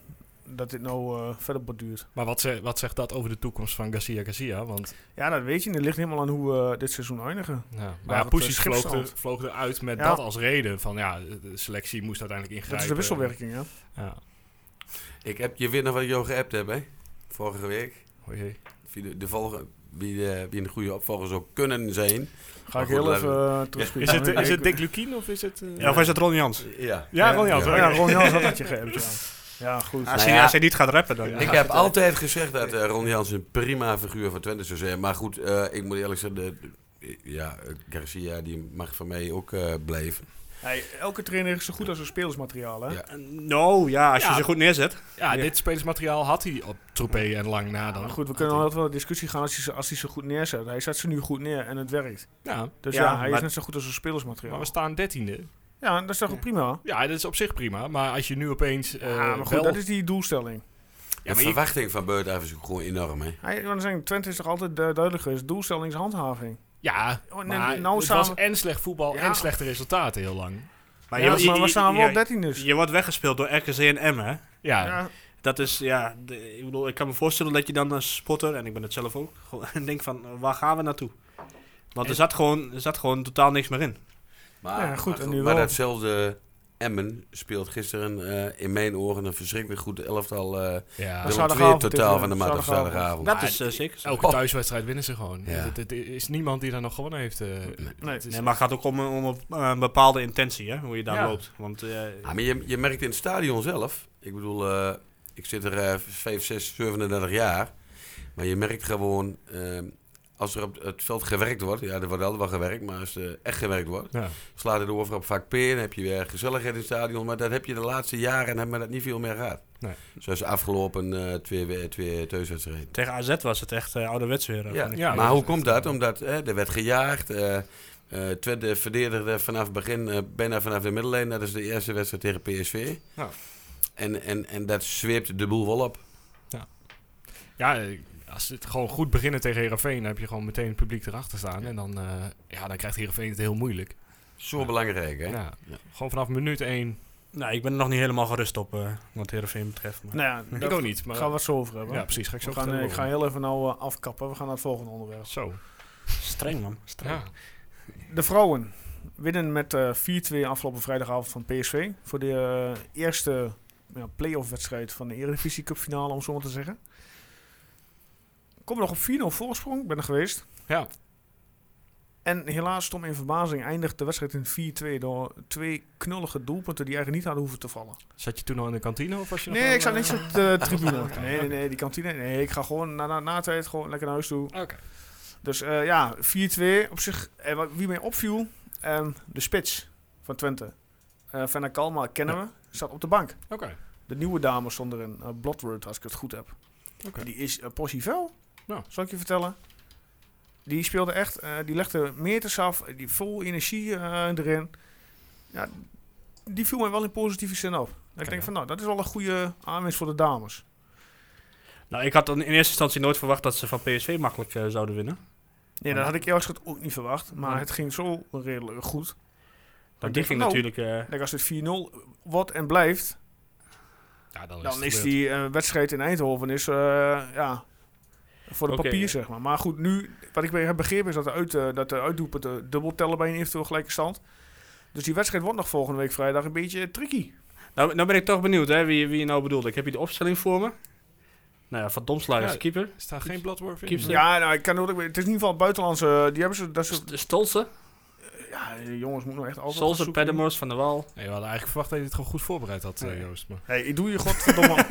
dat dit nou uh, verder borduurt. Maar wat, ze, wat zegt dat over de toekomst van Garcia Garcia? Want Ja, dat weet je. Het ligt helemaal aan hoe we uh, dit seizoen eindigen. ja, maar Waar ja, het, Pusic uh, vloog, schip er, staat. vloog eruit met Ja. dat als reden. Van ja, de selectie moest uiteindelijk Dat ingrijpen. is de wisselwerking, ja. Ja. Ik heb je weer nog wat ik jou geappt heb, hè? Vorige week. O jee. Wie de, de volge, wie, de, wie een goede opvolger zou kunnen zijn. Ga ik Maar goed, heel even laten uh, terugspelen. Is het, Ik- is het Dick Lukien of is het... Uh, Ja, of is het Ron Jans? Ja, Ja, Ron Jans. Ja, ja, Ron Jans had het je geappt, ja. Ja, goed. Als, Nou hij, ja. als hij niet gaat rappen, dan... Ik heb altijd gezegd dat uh, Ron Jans een prima figuur voor Twente zou zijn. Maar goed, uh, ik moet eerlijk zeggen, de, de- ja, uh, Garcia die mag van mij ook uh, blijven. Hey, elke trainer is zo goed als een spelersmateriaal, hè? Ja. No, ja, als je Ja. ze goed neerzet. ja, Ja. dit spelersmateriaal had hij op Troepé en lang na dan. Maar goed, we kunnen altijd wel een discussie gaan als hij, ze, als hij ze goed neerzet. Hij zet ze nu goed neer en het werkt. Ja, Dus Ja, ja, hij is maar- net zo goed als een spelersmateriaal. maar we staan dertiende. Ja, dat is toch ook prima? Ja, dat is op zich prima. Maar als je nu opeens... Uh, ja, maar goed, wel- dat is die doelstelling. De maar je- verwachting van buitenaf is ook gewoon enorm, hè? Hij, want zeggen, Twente is toch altijd uh, duidelijk geweest. Doelstelling is handhaving. Ja, Oh, nee, maar nou het samen- was en slecht voetbal Ja. en slechte resultaten heel lang. Maar, Ja, je, maar we staan wel je, op dertien dus. je wordt weggespeeld door R K C en Emmen, hè? Ja, Ja, Dat is, ja, de- ik bedoel, ik kan me voorstellen dat je dan als spotter, en ik ben het zelf ook, gewoon denkt van, uh, waar gaan we naartoe? Want er En- zat, gewoon, er zat gewoon totaal niks meer in. Maar, Ja, goed, maar, en nu maar wel. datzelfde Emmen speelt gisteren uh, in mijn ogen een verschrikkelijk goed elftal. Uh, ja. Dat Willem is twee zaterdagavond totaal tegen- van de maand op zaterdagavond. zaterdagavond. Dat Maar is uh, zeker zo. elke thuiswedstrijd winnen ze gewoon. Ja. Het, het is niemand die daar nog gewonnen heeft. Uh, Nee. het is- Nee, maar het gaat ook om, om een, een bepaalde intentie, hè, hoe je daar Ja. loopt. Want, uh, Ja, maar je, je merkt in het stadion zelf, ik bedoel, uh, ik zit er uh, vijf, zes, zevenendertig jaar, maar je merkt gewoon, uh, als er op het veld gewerkt wordt, ja, er wordt altijd wel gewerkt, maar als er echt gewerkt wordt, ja. slaat het over op vak P, dan heb je weer gezelligheid in het stadion, maar dat heb je de laatste jaren en hebben we dat niet veel meer gehad. Nee. Zoals de afgelopen uh, twee, we- twee thuiswedstrijden. tegen A Z was het echt uh, ouderwets weer. uh, Ja, vond ik. Ja, maar dat hoe is komt echt, dat? uh, Omdat uh, er werd gejaagd. Uh, uh, Twente verdedigde vanaf het begin, uh, bijna vanaf de middellijn. Dat is de eerste wedstrijd tegen P S V. Ja. En, en, en dat zweept de boel wel op. Ja, eh, als het gewoon goed beginnen tegen Heerenveen, dan heb je gewoon meteen het publiek erachter staan. En dan, uh, ja, dan krijgt Heerenveen het heel moeilijk. Zo Ja. belangrijk, hè? Ja. Ja. Gewoon vanaf minuut één. Nou, ik ben er nog niet helemaal gerust op, uh, wat Heerenveen betreft. Maar. nou ja, Ik daar ook niet. Maar, gaan we het zo over hebben. ja, precies. Ga ik zo We gaan, vertellen eh, ik ga waarom. heel even nou uh, afkappen. We gaan naar het volgende onderwerp. Zo. Streng, man. Streng. Ja. De vrouwen winnen met uh, vier twee afgelopen vrijdagavond van P S V. Voor de uh, eerste ja, play-off wedstrijd van de Eredivisie Cup finale, om het zo maar te zeggen. Kom nog op vier nul voorsprong, ik ben er geweest. Ja. En helaas, stom in verbazing, eindigt de wedstrijd in vier twee door twee knullige doelpunten die eigenlijk niet hadden hoeven te vallen. Zat je toen al in de kantine? Of was je nog Nee, wel, ik zat uh, niks op de tribune. Nee, nee, nee, die kantine. Nee, ik ga gewoon na, na, na de tijd gewoon lekker naar huis toe. Oké. Dus uh, ja, vier twee op zich. En wat, wie mij opviel, um, de spits van Twente. Uh, Fenna Kalma kennen Ja. we, staat op de bank. Oké. De nieuwe dame stond erin, uh, Blotword, als ik het goed heb. Oké. Die is uh, Possivel, Ja. zal ik je vertellen. Die speelde echt, uh, die legde meters af, die vol energie uh, erin. Ja, die viel mij wel in positieve zin op. Dat Oké. Ik denk van, nou, dat is wel een goede aanwinst voor de dames. Nou, ik had in eerste instantie nooit verwacht dat ze van P S V makkelijk uh, zouden winnen. Nee, dat had ik eerlijk gezegd ook niet verwacht. Maar Ja. het ging zo redelijk goed. Dat ik die denk ging van, nou, natuurlijk... Uh, Kijk, als het vier nul wordt en blijft, Ja, dan is, dan het is gebeurd. die uh, wedstrijd in Eindhoven is, uh, ja, voor de Oké. papier, zeg maar. Maar goed, nu, wat ik weer heb begrepen is dat de, uit, uh, dat de uitdoelpunten dubbel tellen bij een eventueel gelijke stand. Dus die wedstrijd wordt nog volgende week vrijdag een beetje tricky. nou, nou ben ik toch benieuwd hè, wie, wie je nou bedoelt. Ik heb hier de opstelling voor me. Nou ja, Van Domslager is Ja. de keeper. Is daar geen Bloodworth in? Keepster. Ja, nou, ik kan ook, het is in ieder geval buitenlandse, die hebben ze, dat is, St- Stolze, ja, die jongens moeten nog echt altijd Solze, zoeken. Pedemors, Van der Wal. Nee, we hadden eigenlijk verwacht dat je het gewoon goed voorbereid had, uh, Nee. Joost. Maar. Hey, ik doe je godverdomme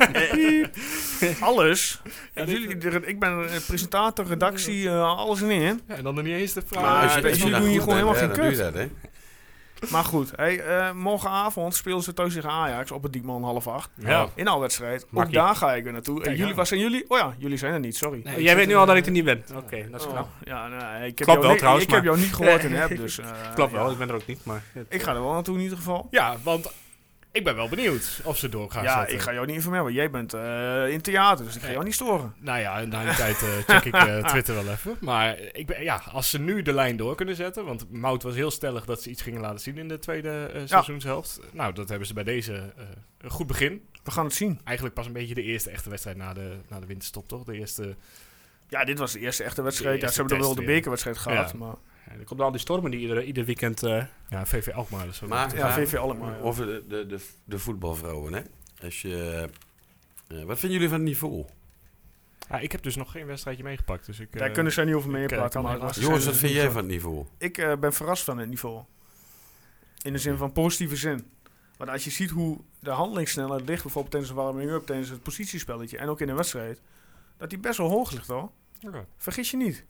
alles. Ja, Jullie, de- ik ben een presentator, redactie, uh, alles in één. Ja, en dan er niet eens de vraag. Maar als je- als jullie daar doen hier goed gewoon bent, helemaal ja, geen dan doe je kut. dat, hè? Maar goed, hey, uh, morgenavond spelen ze thuis tegen Ajax op het Diekman half acht. Ja. Inhaalwedstrijd. Ook Makkie. daar ga ik weer naartoe. En Kijk jullie, aan. waar zijn jullie? Oh ja, jullie zijn er niet, sorry. Nee, Oh, ik jij zit weet nu in, al dat uh, ik er niet ben. Oké, dat is Oh, knap. ja, nee, ik heb Klopt jou, wel ni- trouwens, ik heb maar- jou niet gehoord in de app, dus... uh, Klopt wel, ja. ik ben er ook niet, maar... Ik ga er wel naartoe in ieder geval. Ja, want ik ben wel benieuwd of ze door gaan Ja, zetten. ik ga jou niet informeren, want jij bent uh, in theater, dus ik ga Nee. jou niet storen. Nou ja, na die tijd uh, check ik uh, Twitter wel even. Maar ik ben, ja, als ze nu de lijn door kunnen zetten... Want Mout was heel stellig dat ze iets gingen laten zien in de tweede uh, seizoenshelft. Nou, dat hebben ze bij deze uh, een goed begin. We gaan het zien. Eigenlijk pas een beetje de eerste echte wedstrijd na de, na de winterstop, toch? De eerste... Ja, dit was de eerste echte wedstrijd. De Ja, ze eerste hebben dan wel de test weer. bekerwedstrijd gehad. Ja. Maar Ja, er komt al die stormen die ieder, ieder weekend... Uh, Ja, V V Alkmaar. Dus ook Maar- ja, Ja. V V Alkmaar. Ja. Over de, de, de, de voetbalvrouwen, hè. Als je, uh, wat vinden jullie van het niveau? Ja, ik heb dus nog geen wedstrijdje meegepakt. Dus ik, Daar eh, kunnen ze niet over ik, eh, meepraten. kan Maar helaas- ze Jongens, zijn wat er vind niet jij van. van het niveau? Ik uh, ben verrast van het niveau. In de zin van positieve zin. Want als je ziet hoe de handelingssnelheid ligt, bijvoorbeeld tijdens de warming-up, tijdens het positiespelletje en ook in de wedstrijd, dat die best wel hoog ligt hoor. Oké. Vergis je niet.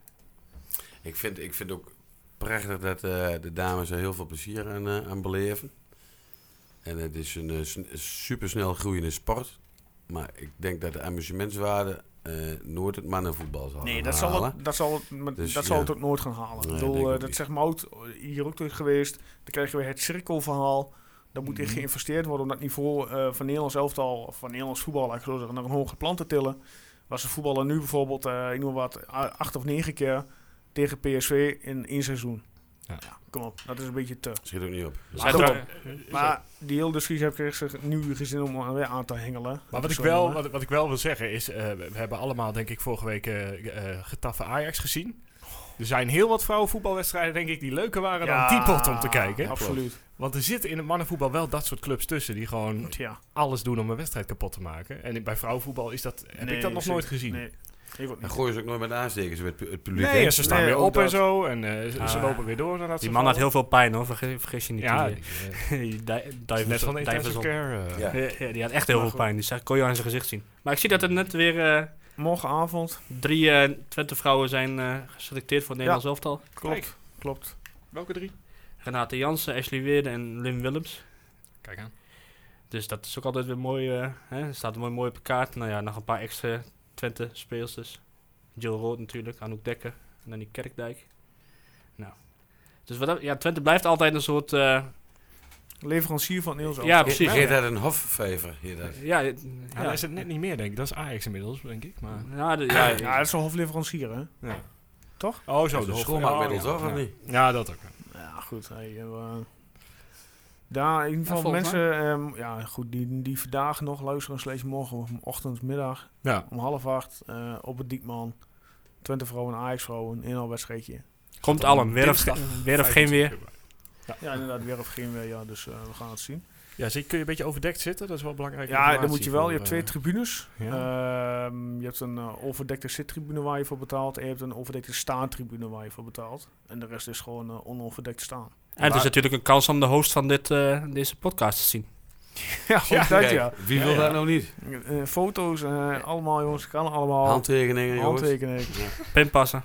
Ik vind, ik vind ook prachtig dat uh, de dames er heel veel plezier aan, uh, aan beleven. En het is een uh, sn- supersnel groeiende sport. Maar ik denk dat de amusementswaarde uh, nooit het mannenvoetbal zal Nee, gaan dat zal, halen. het, dat, zal het, maar Dus, dat zal ja. het ook nooit gaan halen. Nee, ik denk bedoel, ik uh, ook dat niet. zegt Mout hier ook terug geweest. Dan krijgen we het cirkelverhaal. Dan moet er Mhm. geïnvesteerd worden om dat niveau uh, van Nederlands elftal of van Nederlands voetbal laat ik zo zeggen, naar een hoger plan te tillen. Was de voetballer nu bijvoorbeeld, uh, ik noem wat, a- acht of negen keer tegen P S V in één seizoen. Ja. Ja, kom op, dat is een beetje te. Schiet ook niet op. Maar, Klopt. daar- Maar die hele discussie heb ik zich nu gezien om er weer aan te hengelen. Maar wat ik, Sorry, wel, maar- wat, wat ik wel wil zeggen is, uh, we, we hebben allemaal denk ik vorige week uh, uh, Getafe Ajax gezien. Er zijn heel wat vrouwenvoetbalwedstrijden denk ik die leuker waren Ja, dan die pot om te kijken. Absoluut. Want er zitten in het mannenvoetbal wel dat soort clubs tussen die gewoon Ja. alles doen om een wedstrijd kapot te maken. En bij vrouwenvoetbal is dat, heb Nee, ik dat nog zeker- nooit gezien. Nee, ik ook En niet. gooien ze ook nooit met aanstekers met het pu- het publiek. Nee, hè? en ze staan Nee, weer ook op en dat. zo en uh, ze, ze Ah. lopen weer door nadat die ze man had vallen. heel veel pijn hoor, vergeet, vergis je niet. Ja, die, die, uh, die di- dive- net van de dive intensive zon. care. uh, Ja. Ja, ja, die had echt heel Maar veel goed. pijn. Die zag, kon je aan zijn gezicht zien. Maar ik zie dat er net weer uh, Morgenavond. drie uh, Twente vrouwen zijn uh, geselecteerd voor het Nederlands elftal. Klopt. Kijk. Klopt. Welke drie? Renate Jansen, Ashley Weerde en Lim Willems. Kijk aan. Dus dat is ook altijd weer mooi. Uh, hè? Er staat mooi, mooi op de kaart. Nou ja, nog een paar extra Twente speelsters. Jill Rood natuurlijk, Anouk Dekker en dan die Kerkdijk. Nou. Dus wat dat, ja, Twente blijft altijd een soort... Uh, Leverancier van het Niels Ja, elftal. precies. Heet dat een hofvijver? Heet dat? ja, ja, Ja, dat is het net niet meer, denk ik. Dat is Ajax inmiddels, denk ik. Maar... ja, de- ja, Ja, dat is een hofleverancier, hè? Ja. Toch? Oh, zo. De de hof- schoonmaakmiddel ja, toch, ja. of niet? Ja, dat ook. Ja, goed. Hey, uh, daar in ieder geval volgens mensen... ehm, ja, goed, die, die vandaag nog luisteren, slechts morgen, ochtend, middag, Ja. om half acht, uh, op het Diekman. Twente vrouwen, Ajax vrouwen, een inhaalwedstrijdje. komt allen. Weer of, Dinsdag weer of geen weer. Ja, inderdaad, weer of geen weer, ja, dus uh, we gaan het zien. Ja, zie- kun je een beetje overdekt zitten? Dat is wel belangrijk. Ja, dan moet je wel. Je hebt twee twee tribunes. Ja. Ehm, je hebt een uh, overdekte zittribune waar je voor betaalt. En je hebt een overdekte staantribune waar je voor betaalt. En de rest is gewoon uh, onoverdekt staan. En het is natuurlijk een kans om de host van dit, uh, deze podcast te zien. ja, goed Ja, dat Kijk, ja. wie wil Ja, ja. dat nou niet? Uh, foto's, uh, allemaal jongens, kan allemaal. Handtekeningen, jongens. Handtekeningen. Pinpassen.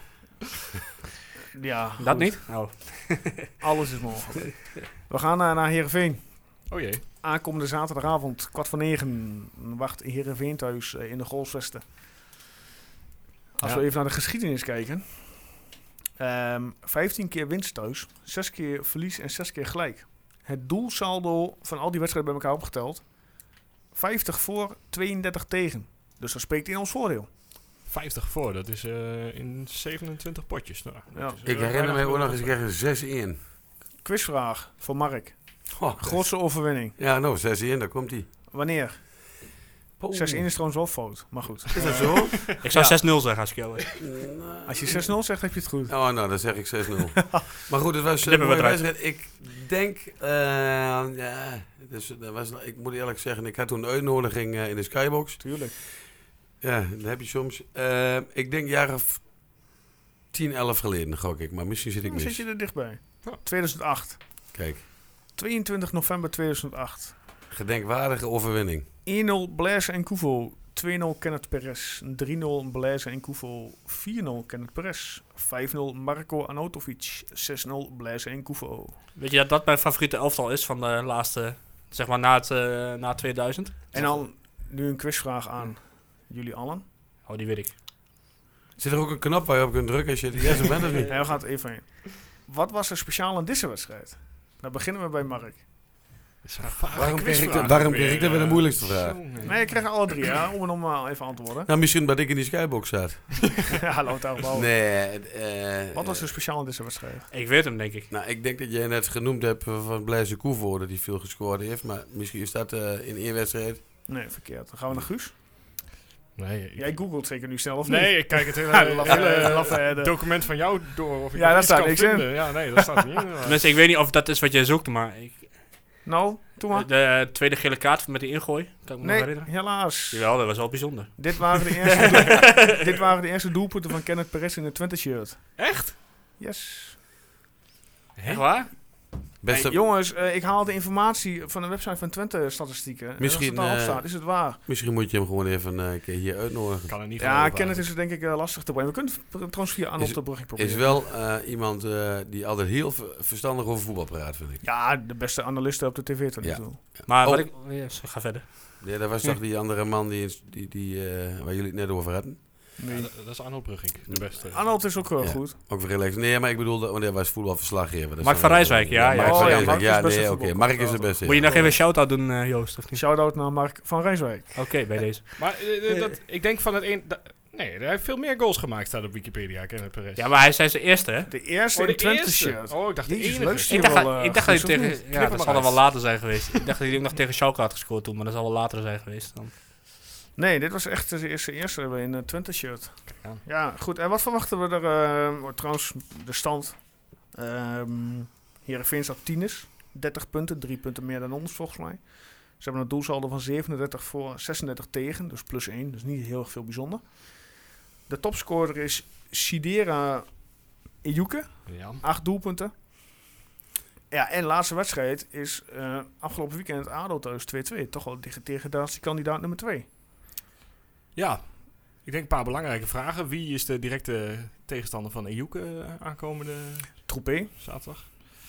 Ja, Dat goed. niet? Oh. Alles is mogelijk. We gaan uh, naar Heerenveen. Oh jee. Aankomende zaterdagavond, kwart voor negen, wacht Heerenveen thuis uh, in de Golfsvesten. Als Ja. we even naar de geschiedenis kijken. Um, vijftien keer winst thuis, zes keer verlies en zes keer gelijk. Het doelsaldo van al die wedstrijden bij elkaar opgeteld. vijftig voor, tweeëndertig tegen. Dus dat spreekt in ons voordeel. vijftig voor, dat is uh, in zevenentwintig potjes. Nou, Ja. dat is, Ik uh, herinner me weinig ook nog eens genoeg. ik kreeg een zes één. Quizvraag voor Mark. Oh, Grootste overwinning. ja, nou, zes één, daar komt hij. Wanneer? zes één is trouwens wel fout, maar goed. Is dat zo? Ik zou Ja. zes nul zeggen als ik jou weet. Als je zes nul zegt, heb je het goed. Oh, nou, dan zeg ik zes nul. Maar goed, het was Knippen een we mooie eruit. wedstrijd. Ik denk, uh, ja, dus, dat was, ik moet eerlijk zeggen, ik had toen een uitnodiging uh, in de Skybox. Tuurlijk. Ja, dat heb je soms. Uh, ik denk jaren of tien, elf geleden, gok ik. Maar misschien zit ik Dan mis. zit je er dichtbij. Ja. tweeduizend acht. Kijk, tweeëntwintig november tweeduizend acht. gedenkwaardige overwinning. één nul Blaise en Koevo. twee nul Kenneth Perez. drie nul Blaise en Koevo. vier nul Kenneth Perez. vijf nul Marko Arnautovic. zes nul Blaise en Koevo. Weet je dat dat mijn favoriete elftal is van de laatste, zeg maar na, het, uh, na tweeduizend? En dan nu een quizvraag aan jullie allen. Oh, die weet ik. Zit er ook een knop waar je op kunt drukken als je de eerste bent of niet? En we gaan het even heen. Wat was er speciaal aan deze wedstrijd? Dan beginnen we bij Mark. Waarom kreeg ik, de, waarom kreeg ik dat weer de moeilijkste vraag? Nee, je krijgt alle drie, ja, om en om uh, even antwoorden. Nou, misschien dat ik in die Skybox zat. Ja, laat het daarop houden. Nee. Uh, Wat was er speciaal aan deze wedstrijd? Ik weet hem, denk ik. Nou, ik denk dat jij net genoemd hebt van Blaise Koevo, dat hij veel gescoord heeft. Maar misschien is dat uh, in één wedstrijd. Nee, verkeerd. Dan gaan we naar Guus. Nee, Jij googelt zeker nu snel, of nee, niet? ik kijk het hele, Ja, de laffe- hele de laffe- de- document van jou door. Of ik Ja, nog daar iets staat kan niks in. vinden. Ja, nee, dat staat niet in. Mensen, ik weet niet of dat is wat jij zoekt, maar... Ik, Nou, doe maar. de tweede gele kaart met die ingooi, kan ik me nog Nee, herinneren. helaas. Jawel, dat was wel bijzonder. Dit waren, de eerste doel- dit waren de eerste doelpunten van Kenneth Perez in de Twente-shirt. Echt? Yes. Echt waar? Beste, Hey, jongens, uh, ik haal de informatie van de website van Twente-statistieken. En Misschien, als het daarop uh, staat, is het waar. Misschien moet je hem gewoon even uh, een keer hier uitnodigen. Kan er niet Ja, geloven, Kenneth is het denk ik uh, lastig te brengen. We kunnen het pr- trouwens via Arnold Is- de Brugge proberen. Is wel uh, iemand uh, die altijd heel ver- verstandig over voetbal praat, vind ik. Ja, de beste analisten op de tv tot nu Ja. toe. Maar Oh. wat ik... Ja, ga verder. Ja, dat was toch die andere man die, is- die, die, uh, waar jullie het net over hadden? Ja, Nee. dat, dat is Arnold Brugging, de beste. Arnold is ook uh, Ja. goed. Ook weer relaxed. Nee, maar ik bedoel, want hij was voetbalverslaggever. Dat is Mark dan- van Rijswijk, ja, ja. Mark Oh, van ja, Rijswijk, Mark is ja, best nee, een oké. voetbalcoach. Mark is de beste. Moet je ja. nog even een shout-out doen, uh, Joost, of niet? Shout-out naar Mark van Rijswijk. Oké, bij deze. Maar uh, uh, dat, ik denk van het een... dat- nee, hij heeft veel meer goals gemaakt, staat op Wikipedia, Kenneth Perez. Ja, maar hij zei zijn eerste, hè? De eerste Oh, de in Twente eerste? shirt. Oh, ik dacht de Jezus, enige. leuk. Ik dacht, wel, uh, ik dacht dat goed, hij of tegen... niet? Ja, Knip dat hem zal maar dan wel uit. later zijn geweest. Ik dacht dat hij ook nog tegen Schalke had gescoord toen, maar dat zal wel later zijn geweest dan. Nee, dit was echt de eerste, eerste in een Twente-shirt. aan. Ja, goed. En wat verwachten we er? Uh, wordt trouwens, de stand. Um, Heerenveen staat tieners. dertig punten, drie punten meer dan ons volgens mij. Ze hebben een doelsaldo van zevenendertig voor, zesendertig tegen. Dus plus één. Dus niet heel erg veel bijzonder. De topscorer is Sidera Ejuke. Ja. acht doelpunten. Ja, en de laatste wedstrijd is uh, afgelopen weekend A D O thuis twee-twee. Toch wel tegen degradatiekandidaat nummer twee. Ja, ik denk een paar belangrijke vragen. Wie is de directe tegenstander van Ejuke uh, aankomende Troepé. zaterdag?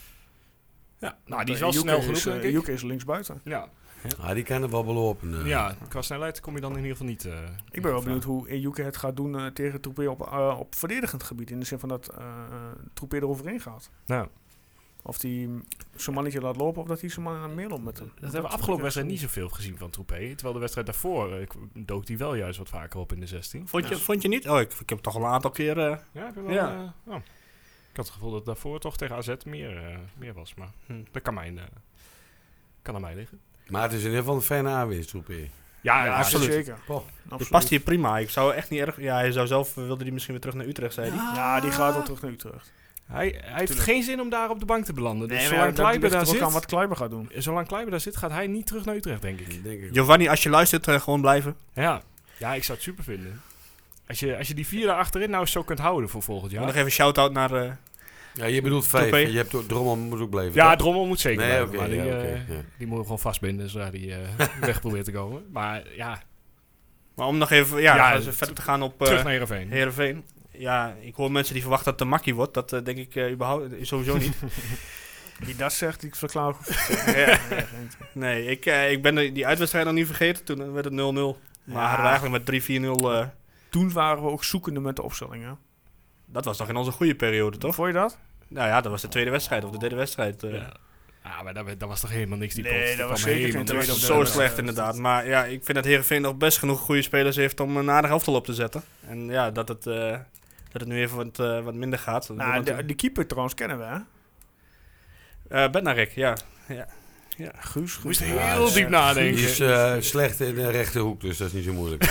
Ja, nou die is wel snel genoeg, denk ik. Ejuke is linksbuiten. Ja. Ah, die kan er wel belopen. Uh. ja, qua snelheid kom je dan in ieder geval niet... Uh, Ik ben wel benieuwd hoe Ejuke het gaat doen uh, tegen Troepé op, uh, op verdedigend gebied. In de zin van dat uh, Troepé eroverheen gaat. Nou, Of hij zo'n mannetje laat lopen of dat hij zo'n man aan meer loopt met hem. dat hebben we afgelopen wedstrijd niet zoveel gezien van Troepé. Terwijl de wedstrijd daarvoor uh, dook die wel juist wat vaker op in de zestien. Vond je, Ja. vond je niet? Oh, ik, ik heb toch al een aantal keer... Uh, Ja, heb je wel, Ja. uh, oh. Ik had het gevoel dat daarvoor toch tegen A Z meer, uh, meer was. Maar Hm. dat kan, mij, uh, kan aan mij liggen. Maar het is in ieder geval een fijne aanwinst, Troepé. Ja, Ja, absoluut. Zeker. Oh. die Absoluut. past hier prima. Ik zou echt niet erg... Ja, hij zou zelf... Wilde hij misschien weer terug naar Utrecht, zei hij. Ja, die gaat wel terug naar Utrecht. Hij, hij heeft Tuurlijk. geen zin om daar op de bank te belanden. Dus Nee, zolang maar dat Kleiber ligt daar er ook zit, aan wat Kleiber gaat doen. zolang Kleiber daar zit, gaat hij niet terug naar Utrecht, denk ik. Denk ik. Giovanni, als je luistert, uh, gewoon blijven. Ja, ja ik zou het super vinden. Als je, als je die vier daar achterin nou zo kunt houden voor volgend Ja. jaar. Nog even een shout-out naar... Uh, Ja, je bedoelt vijf. Troepé. Je hebt ook- Drommel moet ook blijven. Ja, toch? Drommel moet zeker Nee, blijven. oké, maar die, ja, eh, oké, ja. die moet je gewoon vastbinden zodra die uh, weg probeert te komen. Maar ja, maar om nog even ja, Ja, als we verder te gaan op uh, terug naar Heerenveen. Heerenveen. Ja, ik hoor mensen die verwachten dat het een makkie wordt. Dat uh, denk ik uh, überhaupt sowieso niet. Die dat zegt, ik verklaar. ja. Nee, ik, uh, ik ben de, die uitwedstrijd nog niet vergeten. Toen werd het nul nul. Maar Ja. hadden we eigenlijk met drie vier nul... Uh, Toen waren we ook zoekende met de opstellingen. dat was nog in onze goede periode, toch? Vond je dat? Nou ja, dat was de tweede wedstrijd of de derde wedstrijd. Uh, Ja. Ja, maar dat, dat was toch helemaal niks die Nee, pot. dat kwam was zeker helemaal geen niks. tweede Dat of was derde zo slecht wedstrijd. inderdaad. Maar ja, ik vind dat Heerenveen nog best genoeg goede spelers heeft om een aardig elftal op te zetten. En ja, dat het, uh, dat het nu even wat, uh, wat minder gaat. Dat Nou, wordt de, natuurlijk- die keeper trouwens kennen we, hè? Uh, Bednarek, ja. ja. ja. Guus, Guus. Moest Ja, heel ja. diep nadenken. Die is uh, slecht in de rechterhoek, dus dat is niet zo moeilijk.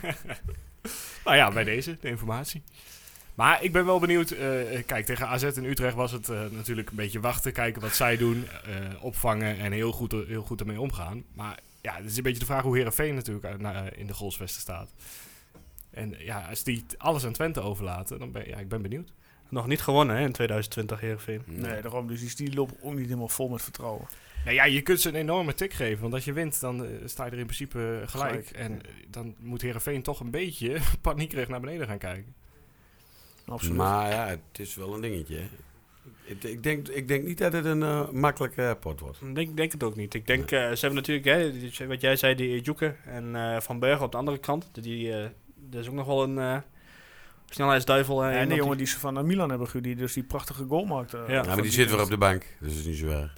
Nou ja, bij deze, de informatie. Maar ik ben wel benieuwd. Uh, kijk, tegen A Z in Utrecht was het uh, natuurlijk een beetje wachten. Kijken wat zij doen. Uh, opvangen en heel goed, heel goed ermee omgaan. Maar ja, het is een beetje de vraag hoe Heerenveen natuurlijk uh, in de goalsvesten staat. En ja, als die alles aan Twente overlaten, dan ben ja, ik ben benieuwd. Nog niet gewonnen hè, in tweeduizend twintig Heerenveen. Nee, daarom. Dus die, die loopt ook niet helemaal vol met vertrouwen. Nou ja, je kunt ze een enorme tik geven. Want als je wint, dan uh, sta je er in principe uh, gelijk. Gelijk, En ja. uh, dan moet Heerenveen toch een beetje paniekerig naar beneden gaan kijken. Absoluut. Maar ja, het is wel een dingetje. Hè. Ik, ik, denk, ik denk niet dat het een uh, makkelijke uh, pot wordt. Ik denk, denk het ook niet. Ik denk, uh, ze hebben natuurlijk, hè, die- wat jij zei, die Joeke en uh, Van Bergen op de andere kant. Die, uh, er is ook nog wel een uh, snelheidsduivel. Uh, en iemand die die- jongen die ze van uh, Milan hebben gehuurd, die dus die prachtige goal maakte. Ja. Ja, maar die zit weer op de bank, dus dat is niet zo erg.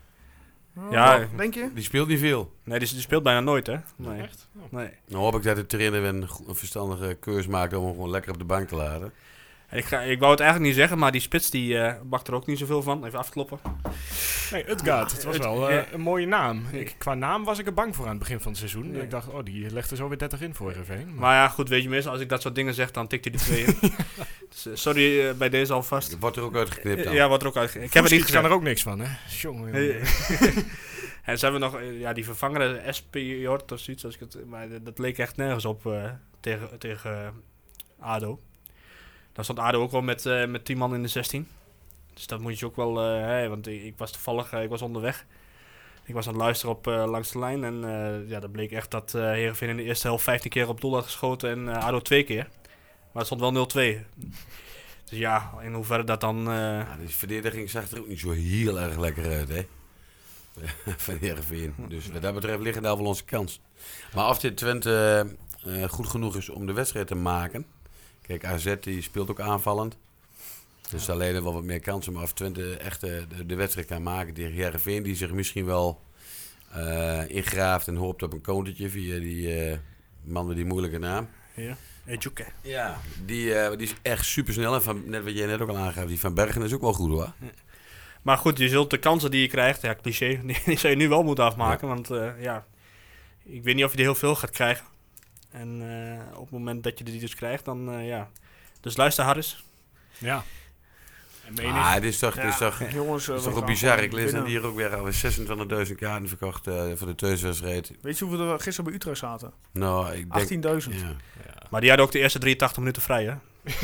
Ja, Ja, denk je? Die speelt niet veel. Nee, die, die speelt bijna nooit, hè? Nee. Echt? Oh. nee. Nou hoop ik dat de trainer weer een, go- een verstandige keus maakt om hem gewoon lekker op de bank te laten. Ik, ga, ik wou het eigenlijk niet zeggen, maar die spits die uh, bakt er ook niet zoveel van. Even afkloppen. Nee, Utgaard. Het was Ut- wel uh, ja. een mooie naam. Ik, qua naam was ik er bang voor aan het begin van het seizoen. Ja. Ik dacht, oh, die legt er zo weer dertig in voor R V. Maar, Maar ja, goed, weet je meestal, als ik dat soort dingen zeg, dan tikt hij de twee in. Dus, uh, sorry uh, bij deze alvast. Het wordt er ook uitgeknipt dan. Ja, wat er ook uit. Ik heb het niet kan gezegd. er ook niks van, hè? Jongen, jongen. En ze hebben nog, uh, ja, die vervanger, S P J of zoiets, als ik het, maar dat, dat leek echt nergens op uh, tegen, tegen uh, ADO. Dan stond ADO ook wel met, uh, met tien man in de zestien. Dus dat moet je ook wel, uh, hey, want ik, ik was toevallig, uh, ik was onderweg. Ik was aan het luisteren op uh, langs de lijn en uh, ja, dat bleek echt dat uh, Heerenveen in de eerste helft vijftien keer op doel had geschoten en uh, ADO twee keer. Maar het stond wel nul twee. Dus ja, in hoeverre dat dan... Uh, Ja, die verdediging zag er ook niet zo heel erg lekker uit, hè? Van Heerenveen. Dus wat dat betreft liggen daar wel onze kans. Maar of dit Twente uh, goed genoeg is om de wedstrijd te maken... Kijk, A Z die speelt ook aanvallend. Dus daar leiden wel wat meer kansen. Maar of Twente echt uh, de, de wedstrijd kan maken tegen Heerenveen... die zich misschien wel uh, ingraaft en hoopt op een countertje... via die uh, man met die moeilijke naam. ja, Ejuke. Ja, die, uh, die is echt supersnel. En van, net wat jij net ook al aangaf, die Van Bergen is ook wel goed, hoor. Maar goed, je zult de kansen die je krijgt, ja, cliché, die, die zou je nu wel moeten afmaken. Ja. Want uh, ja, ik weet niet of je er heel veel gaat krijgen. En uh, op het moment dat je die dus krijgt, dan uh, ja. Dus luister Harris. Ja. Ah, het is toch, ja, het is toch, jongens, uh, is toch wel bizar. Ik lees dat hier ook weer al zesentwintigduizend kaarten verkocht uh, voor de thuiswedstrijd. Weet je hoeveel er gisteren bij Utrecht zaten? Nou, ik denk... achttienduizend. Ja. Ja. Maar die hadden ook de eerste drieëntachtig minuten vrij, hè?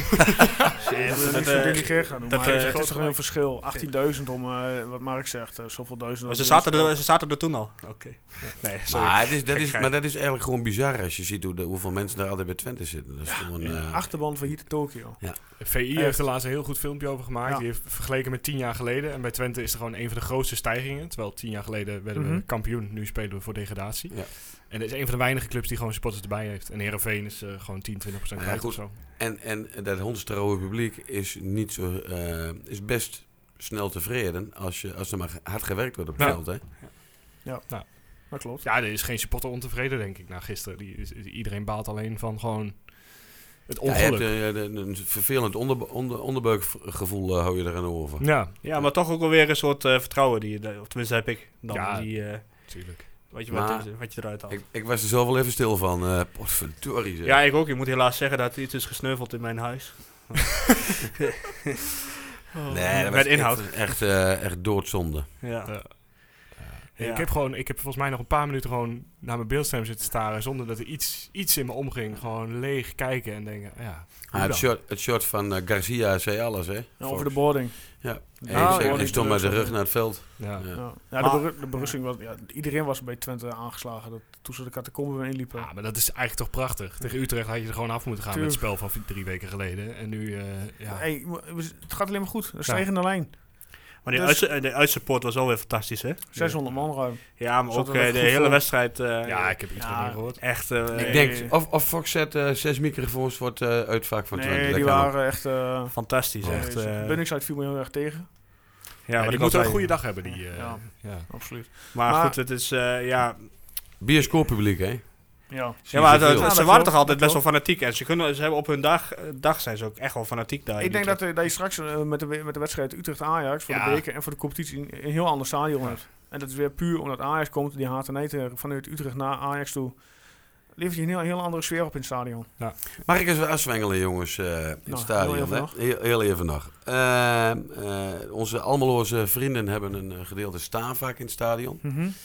Nee, dat is niet deligeer gaan doen. Dat, Maar uh, het is toch een verschil. achttienduizend om, uh, wat Mark zegt, uh, zoveel duizend. Maar ze zaten, er, ze zaten er toen al. Oké. Okay. Nee, sorry. Maar, het is, dat is, maar dat is eigenlijk gewoon bizar als je ziet hoe de, hoeveel mensen daar altijd bij Twente zitten. Dat is ja, gewoon, ja. uh, Achterband van hier te Tokio. Ja. V I heeft er laatst een heel goed filmpje over gemaakt. Ja. Die heeft vergeleken met tien jaar geleden. En bij Twente is er gewoon een van de grootste stijgingen. Terwijl tien jaar geleden werden Mm-hmm. we kampioen. Nu spelen we voor degradatie. Ja. En het is een van de weinige clubs die gewoon supporters erbij heeft. En Heerenveen is uh, gewoon tien, twintig procent Ja, kwijt goed. of zo. En, en dat hondstrouwe publiek is, niet zo, uh, is best snel tevreden als, je, als er maar hard gewerkt wordt op het Ja. veld. Hè? Ja, Nou. dat klopt. Ja, er is geen supporter ontevreden, denk ik, na gisteren. Die, is, iedereen baalt alleen van gewoon het Ja, je ongeluk. hebt uh, een vervelend onder, onder, onderbuikgevoel uh, hou je eraan over. Ja, Ja, maar toch ook wel weer een soort uh, vertrouwen. Die, je, of tenminste heb ik dan. Ja. Die, uh, natuurlijk. weet je Maar wat, wat je eruit haalt. Ik, ik was er zelf wel even stil van. Uh, potverdorie zeg. Ja, ik ook. Ik moet helaas zeggen dat iets is gesneuveld in mijn huis. Nee, dat was Met inhoud. Echt, echt, uh, echt doodzonde. Ja. Ja. Ja. Ik heb gewoon, ik heb volgens mij nog een paar minuten gewoon naar mijn beeldscherm zitten staren zonder dat er iets, iets in me omging. Gewoon leeg kijken en denken, ja. Ah, het, shot, het shot van uh, Garcia zei alles, hè? Ja, over de boarding. Ja, Ja, hij, ja, hij die stond met de terug- rug naar het veld. Ja. Ja. Ja, ja Maar- de, beru- de berusting was... Ja, iedereen was bij Twente aangeslagen dat, toen ze de catacomben weer inliepen. Ja, maar dat is eigenlijk toch prachtig. Tegen Utrecht had je er gewoon af moeten gaan Tuurlijk. met het spel van drie weken geleden. En nu, uh, ja. Hey, we- het gaat alleen maar goed. Een Ja. stijgende lijn. Maar die Dus- uitse- de uitsupport was wel weer fantastisch, hè? zeshonderd man ruim. Ja, maar Zat ook er uh, echt de goed hele voor. wedstrijd. Uh, ja, ik heb iets Ja. van meer gehoord. echt. Uh, Nee. Ik denk, of, of Fox zet uh, zes microfoons voor het uh, uitvak van Twente. Nee, Dat die kan ook. waren echt... Uh, fantastisch. nee, echt. Uh, Bunningside viel me heel erg tegen. ja, Ja, wat die ik moeten al een zei. goede dag hebben. Die, uh, Ja. ja. Absoluut. Maar, Maar- goed, het is. Uh, ja, Bioscooppubliek, hè? Ja. ja, maar het- zoveel. het- Ja, ze dat waren klopt, toch altijd dat best wel fanatiek. En ze, kunnen, ze hebben op hun dag, uh, dag zijn ze ook echt wel fanatiek daar. in Ik denk Utrecht. dat, uh, dat je straks uh, met, de, we- met de wedstrijd Utrecht-Ajax voor Ja. de beker en voor de competitie een, een heel ander stadion Ja. hebt. En dat is weer puur omdat Ajax komt, die haat en nee tegen- vanuit Utrecht naar Ajax toe. Levert je een heel, heel andere sfeer op in het stadion. Mag ik eens weer afzwengelen, jongens, uh, in het Nou, stadion? heel even hè? nog. Heel, heel even nog. Uh, uh, onze Almeloze vrienden hebben een uh, gedeelte staanvak in het stadion. Mm-hmm.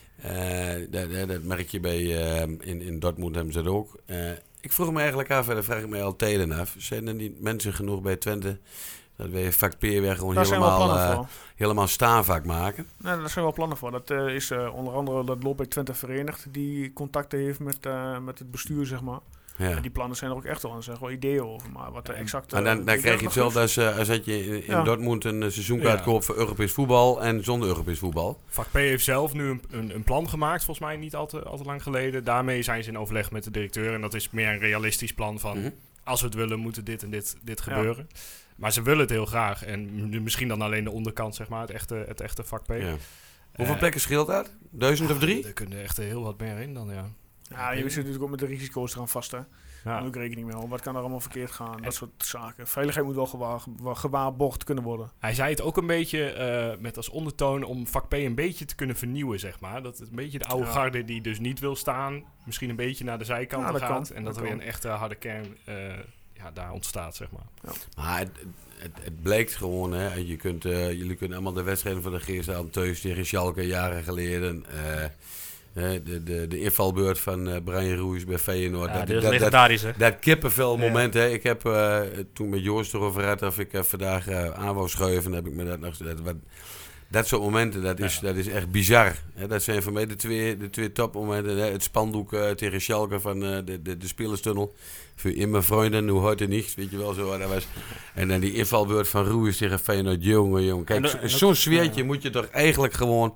Uh, dat, dat, dat merk je bij, uh, in, in Dortmund hebben ze dat ook. Uh, ik vroeg me eigenlijk af, en dat vraag ik mij al tijden af. Zijn er niet mensen genoeg bij Twente dat wij vak P weer gewoon Daar zijn wel helemaal, plannen uh, voor. helemaal staanvak maken? Nee, daar zijn wel plannen voor. Dat uh, is uh, onder andere dat loopt bij Twente Verenigd, die contacten heeft met, uh, met het bestuur, zeg maar. Ja. En die plannen zijn er ook echt wel. En er zijn gewoon ideeën over. Maar wat de exacte... Maar dan, dan krijg je hetzelfde als, uh, als dat je in, in Ja. Dortmund een uh, seizoenkaart Ja. koopt voor Europees voetbal en zonder Europees voetbal. Vak P heeft zelf nu een, een, een plan gemaakt, volgens mij niet al te, al te lang geleden. Daarmee zijn ze in overleg met de directeur. En dat is meer een realistisch plan van... Mhm. als we het willen, moet dit en dit, dit Ja. gebeuren. Maar ze willen het heel graag. En m- misschien dan alleen de onderkant, zeg maar. Het echte, het echte vak P. Ja. Hoeveel Eh, plekken scheelt dat? Duizend of drie? Er kunnen echt heel wat meer in dan, ja. Ja, je zit natuurlijk ook met de risico's eraan vast, hè. Daar Ja. moet ik rekening mee houden. Wat kan er allemaal verkeerd gaan? En- Dat soort zaken. Veiligheid moet wel gewaar, gewaar- gewaarborgd kunnen worden. Hij zei het ook een beetje eh, met als ondertoon om vak P een beetje te kunnen vernieuwen, zeg maar. Dat het een beetje de oude Ja. garde die dus niet wil staan, misschien een beetje naar de zijkant Ja, dat gaat. kan. En dat Dat er weer kan. een echte harde kern eh, ja, daar ontstaat, zeg maar. Maar het, het, het blijkt gewoon, hè. En je kunt, uh, jullie kunnen allemaal de wedstrijden van de Geerstaan thuis tegen Schalke jaren geleden. Uh, uh, de, de, de invalbeurt van uh, Brian Ruiz bij Feyenoord. Ja, dat, dit is dat, dat, legendarisch, hè? dat kippenvel Ja. moment, hè. Ik heb uh, toen met Joost erover gehad of ik uh, vandaag uh, aan wou schuiven. heb ik me dat nog... Dat, wat, dat soort momenten, dat is, Ja. dat is echt bizar. Hè. Dat zijn voor mij de twee, de twee topmomenten. Hè. Het spandoek uh, tegen Schalke van uh, de, de, de spelerstunnel. Voor in mijn vrienden, nu hoort het niet. Weet je wel zo. Dat was. En dan die invalbeurt van Ruiz tegen Feyenoord. Jongen, jongen. Kijk, En, zo- en ook- zo'n sfeertje moet je toch eigenlijk gewoon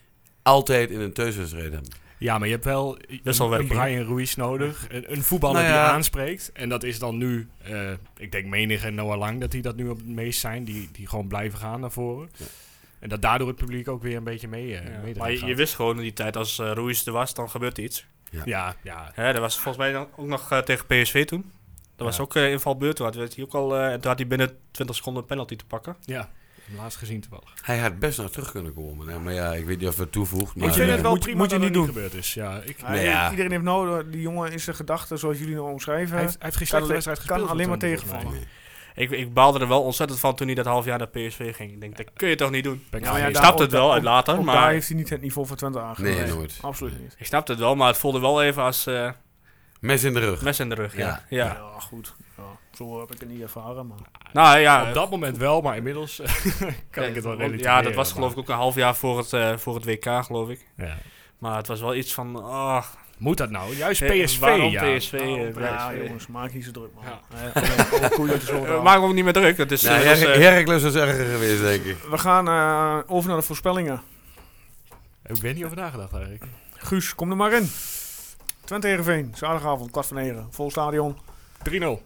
altijd in een thuiswedstrijd hebben. Ja, maar je hebt wel een, Wisselwerking. een Brian Ruiz nodig. Een, een voetballer Nou ja. die aanspreekt. En dat is dan nu, uh, ik denk Menig en Noah Lang dat die dat nu op het meest zijn. Die, die gewoon blijven gaan naar voren. Ja. En dat daardoor het publiek ook weer een beetje mee, uh, Ja, mee maar eraan je, gaat. je wist gewoon in die tijd, als uh, Ruiz er was, dan gebeurt er iets. Ja, ja. Hè, dat was volgens mij dan ook nog uh, tegen P S V toen. Dat was Ja. ook uh, invalbeurt. Toen had hij ook al, uh, toen had hij binnen twintig seconden een penalty te pakken. Ja, laatst gezien toevallig. Hij had best nog terug kunnen komen. Hè. Maar ja, ik weet niet of het toevoegt. Maar, Ik vind uh, het wel moet je- prima moet je dat niet het doen. gebeurd is. Ja, ik, Ja, Nee, ja. Iedereen heeft nodig. Die jongen is zijn gedachten, zoals jullie nou omschrijven. hij, heeft, hij heeft geen kan, slechte wedstrijd kan gespeeld. alleen maar tot nu toe, volgens tegenvallen. mij. Ik, ik baalde er wel ontzettend van toen hij dat half jaar naar P S V ging. Ik denk, dat kun je toch niet doen? Ben ik Ja, maar ja, vergeten. ik daar- snapte het ook wel daar- uit later, Ook maar daar heeft hij niet het niveau voor Twente aangegeven. Nee, nooit. Absoluut niet. ik snapte het wel, maar het voelde wel even als uh, Mes in de rug. mes in de rug. Ja. Ja. Ja. Ja, goed. Ja, zo heb ik het niet ervaren, maar... Nou ja, Op dat moment wel, maar inmiddels kan ik het wel ja, relativeren. ja, dat was geloof ik maar- ook een half jaar voor het, uh, voor het W K, geloof ik. Ja. Maar het was wel iets van, oh, Moet dat nou? Juist eh, P S V, waarom ja. P S V? Nou, eh, ja, P S V? jongens, maak niet zo druk, man. Ja. Ja. Ja, koeien te zo Eh, maak ook niet meer druk. Het is, Nou, het was, Her- eh, Heracles was erger geweest, denk ik. We gaan uh, over naar de voorspellingen. Heb ik weet niet over nagedacht eigenlijk. Guus, kom er maar in. Twente Heerenveen, zaterdagavond, kwart van negen. Vol stadion. drie nul.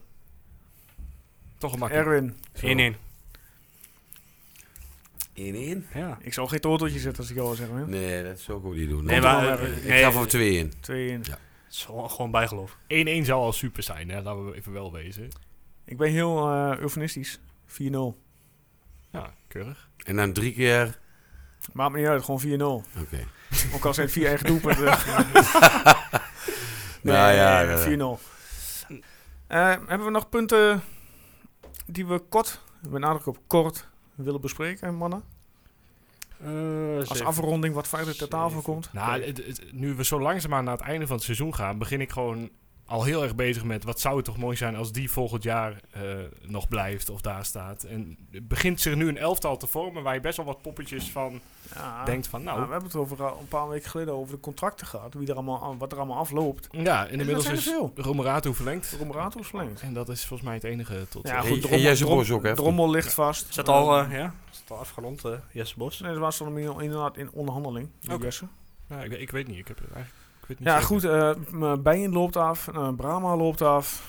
Toch een makkelijk. Erwin. één-één. één-één? Ja. Ik zou geen toteltje zetten als ik jou wil zeggen. hè? Nee, dat zou ik ook niet doen. Nee, Nee, maar, wel eh, weer- ik nee, ga voor twee-één. twee-één. Ja. het is gewoon, gewoon bijgeloof. één-één zou al super zijn, hè? Laten we even wel wezen. Ik ben heel uh, eufemistisch. vier nul. Ja, keurig. En dan drie keer... Maakt me niet uit, gewoon vier nul. Oké. Ook al zijn het vier eigen doelpunten. Nou ja, nee, dat- vier nul. Uh, hebben we nog punten die we kort, met nadruk op kort, willen bespreken, mannen? Als afronding wat verder ter tafel zeven. komt. Nou, het, het- nu we zo langzaamaan naar het einde van het seizoen gaan, begin ik gewoon al heel erg bezig met wat zou het toch mooi zijn als die volgend jaar eh, nog blijft of daar staat. En het begint zich nu een elftal te vormen waar je best wel wat poppetjes van Ja, denkt van nou, nou... we hebben het over al een paar weken geleden over de contracten gehad. Wie er allemaal, wat er allemaal afloopt. Ja, en inmiddels zijn er is veel. Romerato verlengd. De Romerato is verlengd. En dat is volgens mij het enige tot... Ja, eh, goed, en Drommel, Jesse Drom- Bos ook, hè? Drommel ligt vast. Is dat al, uh, ja? Is dat al afgerond, uh, Jesse Bos? Nee, dat was dan inderdaad in onderhandeling. met Oké. Jesse. ja, ik, ik weet niet, ik heb het eigenlijk... Ik weet niet Ja, zeker. goed. Uh, Bijen loopt af. Uh, Brahma loopt af.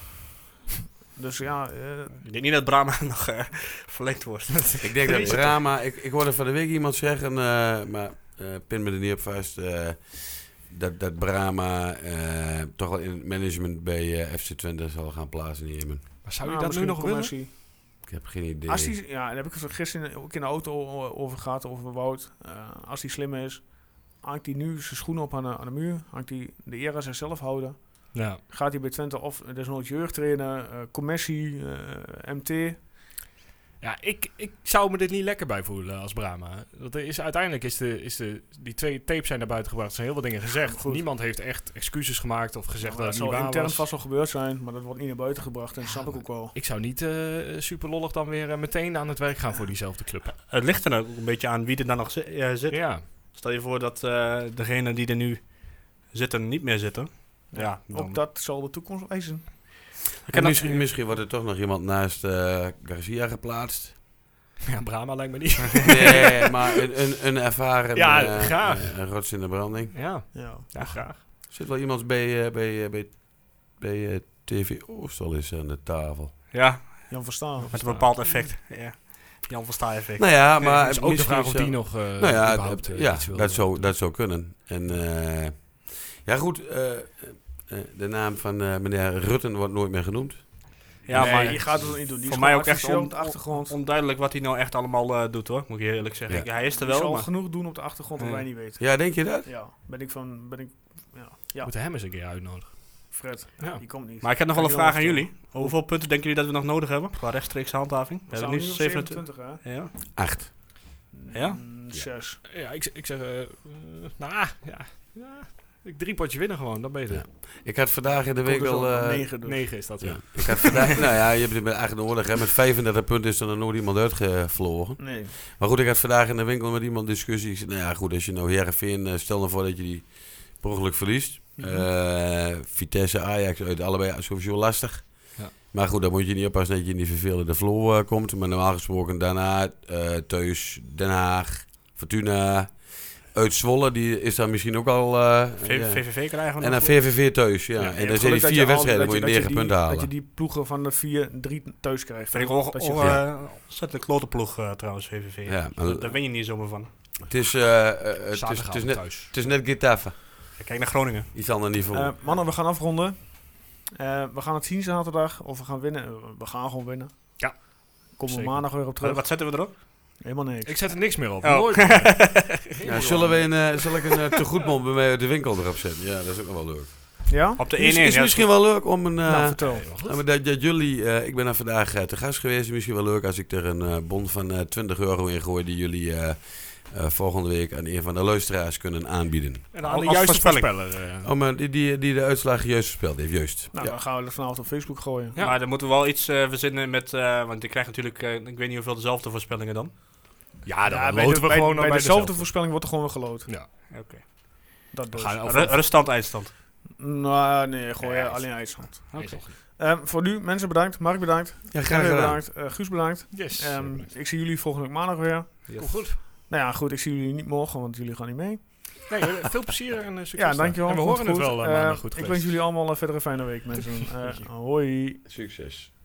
Dus ja... Uh, Ik denk niet dat Brahma nog uh, verlengd wordt. Ik denk dat Brahma... Ik, ik hoorde van de week iemand zeggen, uh, maar uh, pin me er niet op vast... Uh, dat, dat Brahma uh, toch wel in het management bij uh, F C Twente zal gaan plaatsnemen. Maar zou je nou, dat nu misschien nog willen? commercie. Ik heb geen idee. Als die, ja, daar heb ik het gisteren ook in de auto o- over gehad, over Wout. Uh, als hij slim is, hangt hij nu zijn schoenen op aan de, aan de muur. Hangt hij de eer aan zichzelf houden. Ja. Gaat hij bij Twente of desnoods jeugdtrainer, uh, commercie, uh, M T. Ja, ik, ik zou me dit niet lekker bij voelen als Brahma. Dat er is, uiteindelijk is de, is de, die twee tapes zijn naar buiten gebracht. Er zijn heel veel dingen gezegd. Goed. Niemand heeft echt excuses gemaakt of gezegd Ja, dat dat het niet zal waar intern was. vast wel gebeurd zijn, maar dat wordt niet naar buiten gebracht. En dat snap ik ook wel. Ik zou niet uh, super lollig dan weer uh, meteen aan het werk gaan voor diezelfde club. Het ligt er ook een beetje aan wie er dan nog zi- uh, zit. Ja, Stel je voor dat uh, degenen die er nu zitten niet meer zitten. Ja, dan- Ook dat zal de toekomst wijzen. Ik En heb misschien, misschien wordt er toch nog iemand naast uh, Garcia geplaatst. ja Brahma lijkt me niet. Nee, maar een, een, een ervaren Ja, uh, graag. uh, een rots in de branding. ja, Ja. ja, graag. Zit wel iemand bij, uh, bij, uh, bij, bij uh, T V Oostal is aan de tafel. Ja, Jan Verstaan. met een bepaald effect. Ja. Jan van Sta effect. Nou ja, maar Het is ook de misschien vraag of zou- die nog uh, Nou ja, überhaupt d- uh, ja iets wil. dat, zou, dat zou kunnen. En uh, ja goed, uh, Uh, de naam van uh, meneer Rutten wordt nooit meer genoemd. Ja, nee, maar je gaat het niet doen. Die voor is mij ook echt on, on, op de achtergrond. onduidelijk wat hij nou echt allemaal uh, doet, hoor. Moet ik je eerlijk zeggen. Ja. Ja, hij is er Die wel, zal maar... genoeg doen op de achtergrond dat ja. wij niet weten. Ja, denk je dat? Ja, ben ik van... Ben ik, ja. We ja. moeten hem eens een keer uitnodigen. Fred, Ja. die komt niet. Maar ik heb nog wel een Kan vraag je aan wel jullie. Hoeveel punten denken jullie dat we nog nodig hebben? Qua rechtstreeks handhaving. We We hebben staan nu nu op zevenentwintig. zevenentwintig, hè? Ja. Acht. Ja? Mm, Zes. Ja, ik, ik zeg... Uh, uh, nou, ja, ja. Ik drie potje winnen gewoon, dan beter. Ja. Ik had vandaag in de Komt week dus al... op Uh, negen, dus. negen is dat, ja. ja. Ik had vandaag... nou ja, je hebt het met acht nodig. Hè. Met vijfendertig punten is er nog nooit iemand uitgevlogen. Nee. Maar goed, ik had vandaag in de winkel met iemand discussie. Ik zei, nou ja, goed, als je nou Heerenveen... Uh, stel nou voor dat je die per ongeluk verliest. Mm-hmm. Uh, Vitesse, Ajax, uit allebei sowieso lastig. Ja. Maar goed, dan moet je niet oppassen dat je in die vervelende flow uh, komt. Maar normaal gesproken daarna uh, thuis Den Haag, Fortuna... Uit Zwolle, die is dan misschien ook al... Uh, V V V ja. krijgen we En nog. dan V V V thuis, ja. Ja, en ja, dan zijn die geluk vier dat je al- wedstrijden, dat moet je dat negen die- punten halen. Dat je die ploegen van de vier, drie thuis krijgt. Vind ik ook Dat je- oh, ja. uh, ontzettend klote ploeg uh, trouwens, V V V. Ja, maar- Daar daar win je niet zomaar van. Het is, uh, uh, het is, het is Zaterdagavond net, thuis. het is net Getafe. Ja, kijk naar Groningen. Iets ander niveau. Uh, mannen, we gaan afronden. Uh, we gaan het zien zaterdag of we gaan winnen. Uh, we gaan gewoon winnen. Ja. Komen we Zeker. maandag weer op terug. Wat, wat zetten we erop? Helemaal niks. Ik zet er niks meer op. Oh. Nooit meer. ja, zullen we een, uh, zal ik een uh, tegoedbon bij mij uit de winkel erop zetten? Ja, dat is ook nog wel leuk. Ja? Op de Is, één één. is ja, misschien wel leuk om een... Uh, nou, vertel. uh, dat, dat jullie... Uh, ik ben er vandaag uh, te gast geweest. Misschien wel leuk als ik er een uh, bon van uh, twintig euro in gooi... die jullie uh, uh, volgende week aan een van de luisteraars kunnen aanbieden. En dan aan de Als juiste voorspelling. voorspeller. uh. Oh, maar die, die, die de uitslag juist gespeeld heeft, juist. Nou, ja. dan gaan we het vanavond op Facebook gooien. Ja. Maar dan moeten we wel iets uh, verzinnen met... Uh, want ik krijg natuurlijk... Uh, ik weet niet hoeveel dezelfde voorspellingen dan. Ja, dan Ja, bij loten de, we bij, gewoon bij, bij dezelfde dezelfde. voorspelling wordt er gewoon weer geloot. Ja. Oké. Okay. Dat We dus. gaan Ru- Ruststand, eindstand. Nou, nee, gooi Ja, je is- alleen IJsland. Nee, Oké. toch niet. Um, voor nu, mensen bedankt. Mark bedankt. Ja, graag Graag gedaan. bedankt. Uh, Guus bedankt. Yes. Um, ik zie jullie volgende week maandag weer. Kom goed. Nou ja, goed. Ik zie jullie niet morgen, want jullie gaan niet mee. Nee, veel plezier en uh, succes. Ja, dankjewel. En we Vond horen het goed. wel uh, Uh, maandag goed Ik geweest. wens jullie allemaal een verdere fijne week, mensen. Uh, hoi. Succes.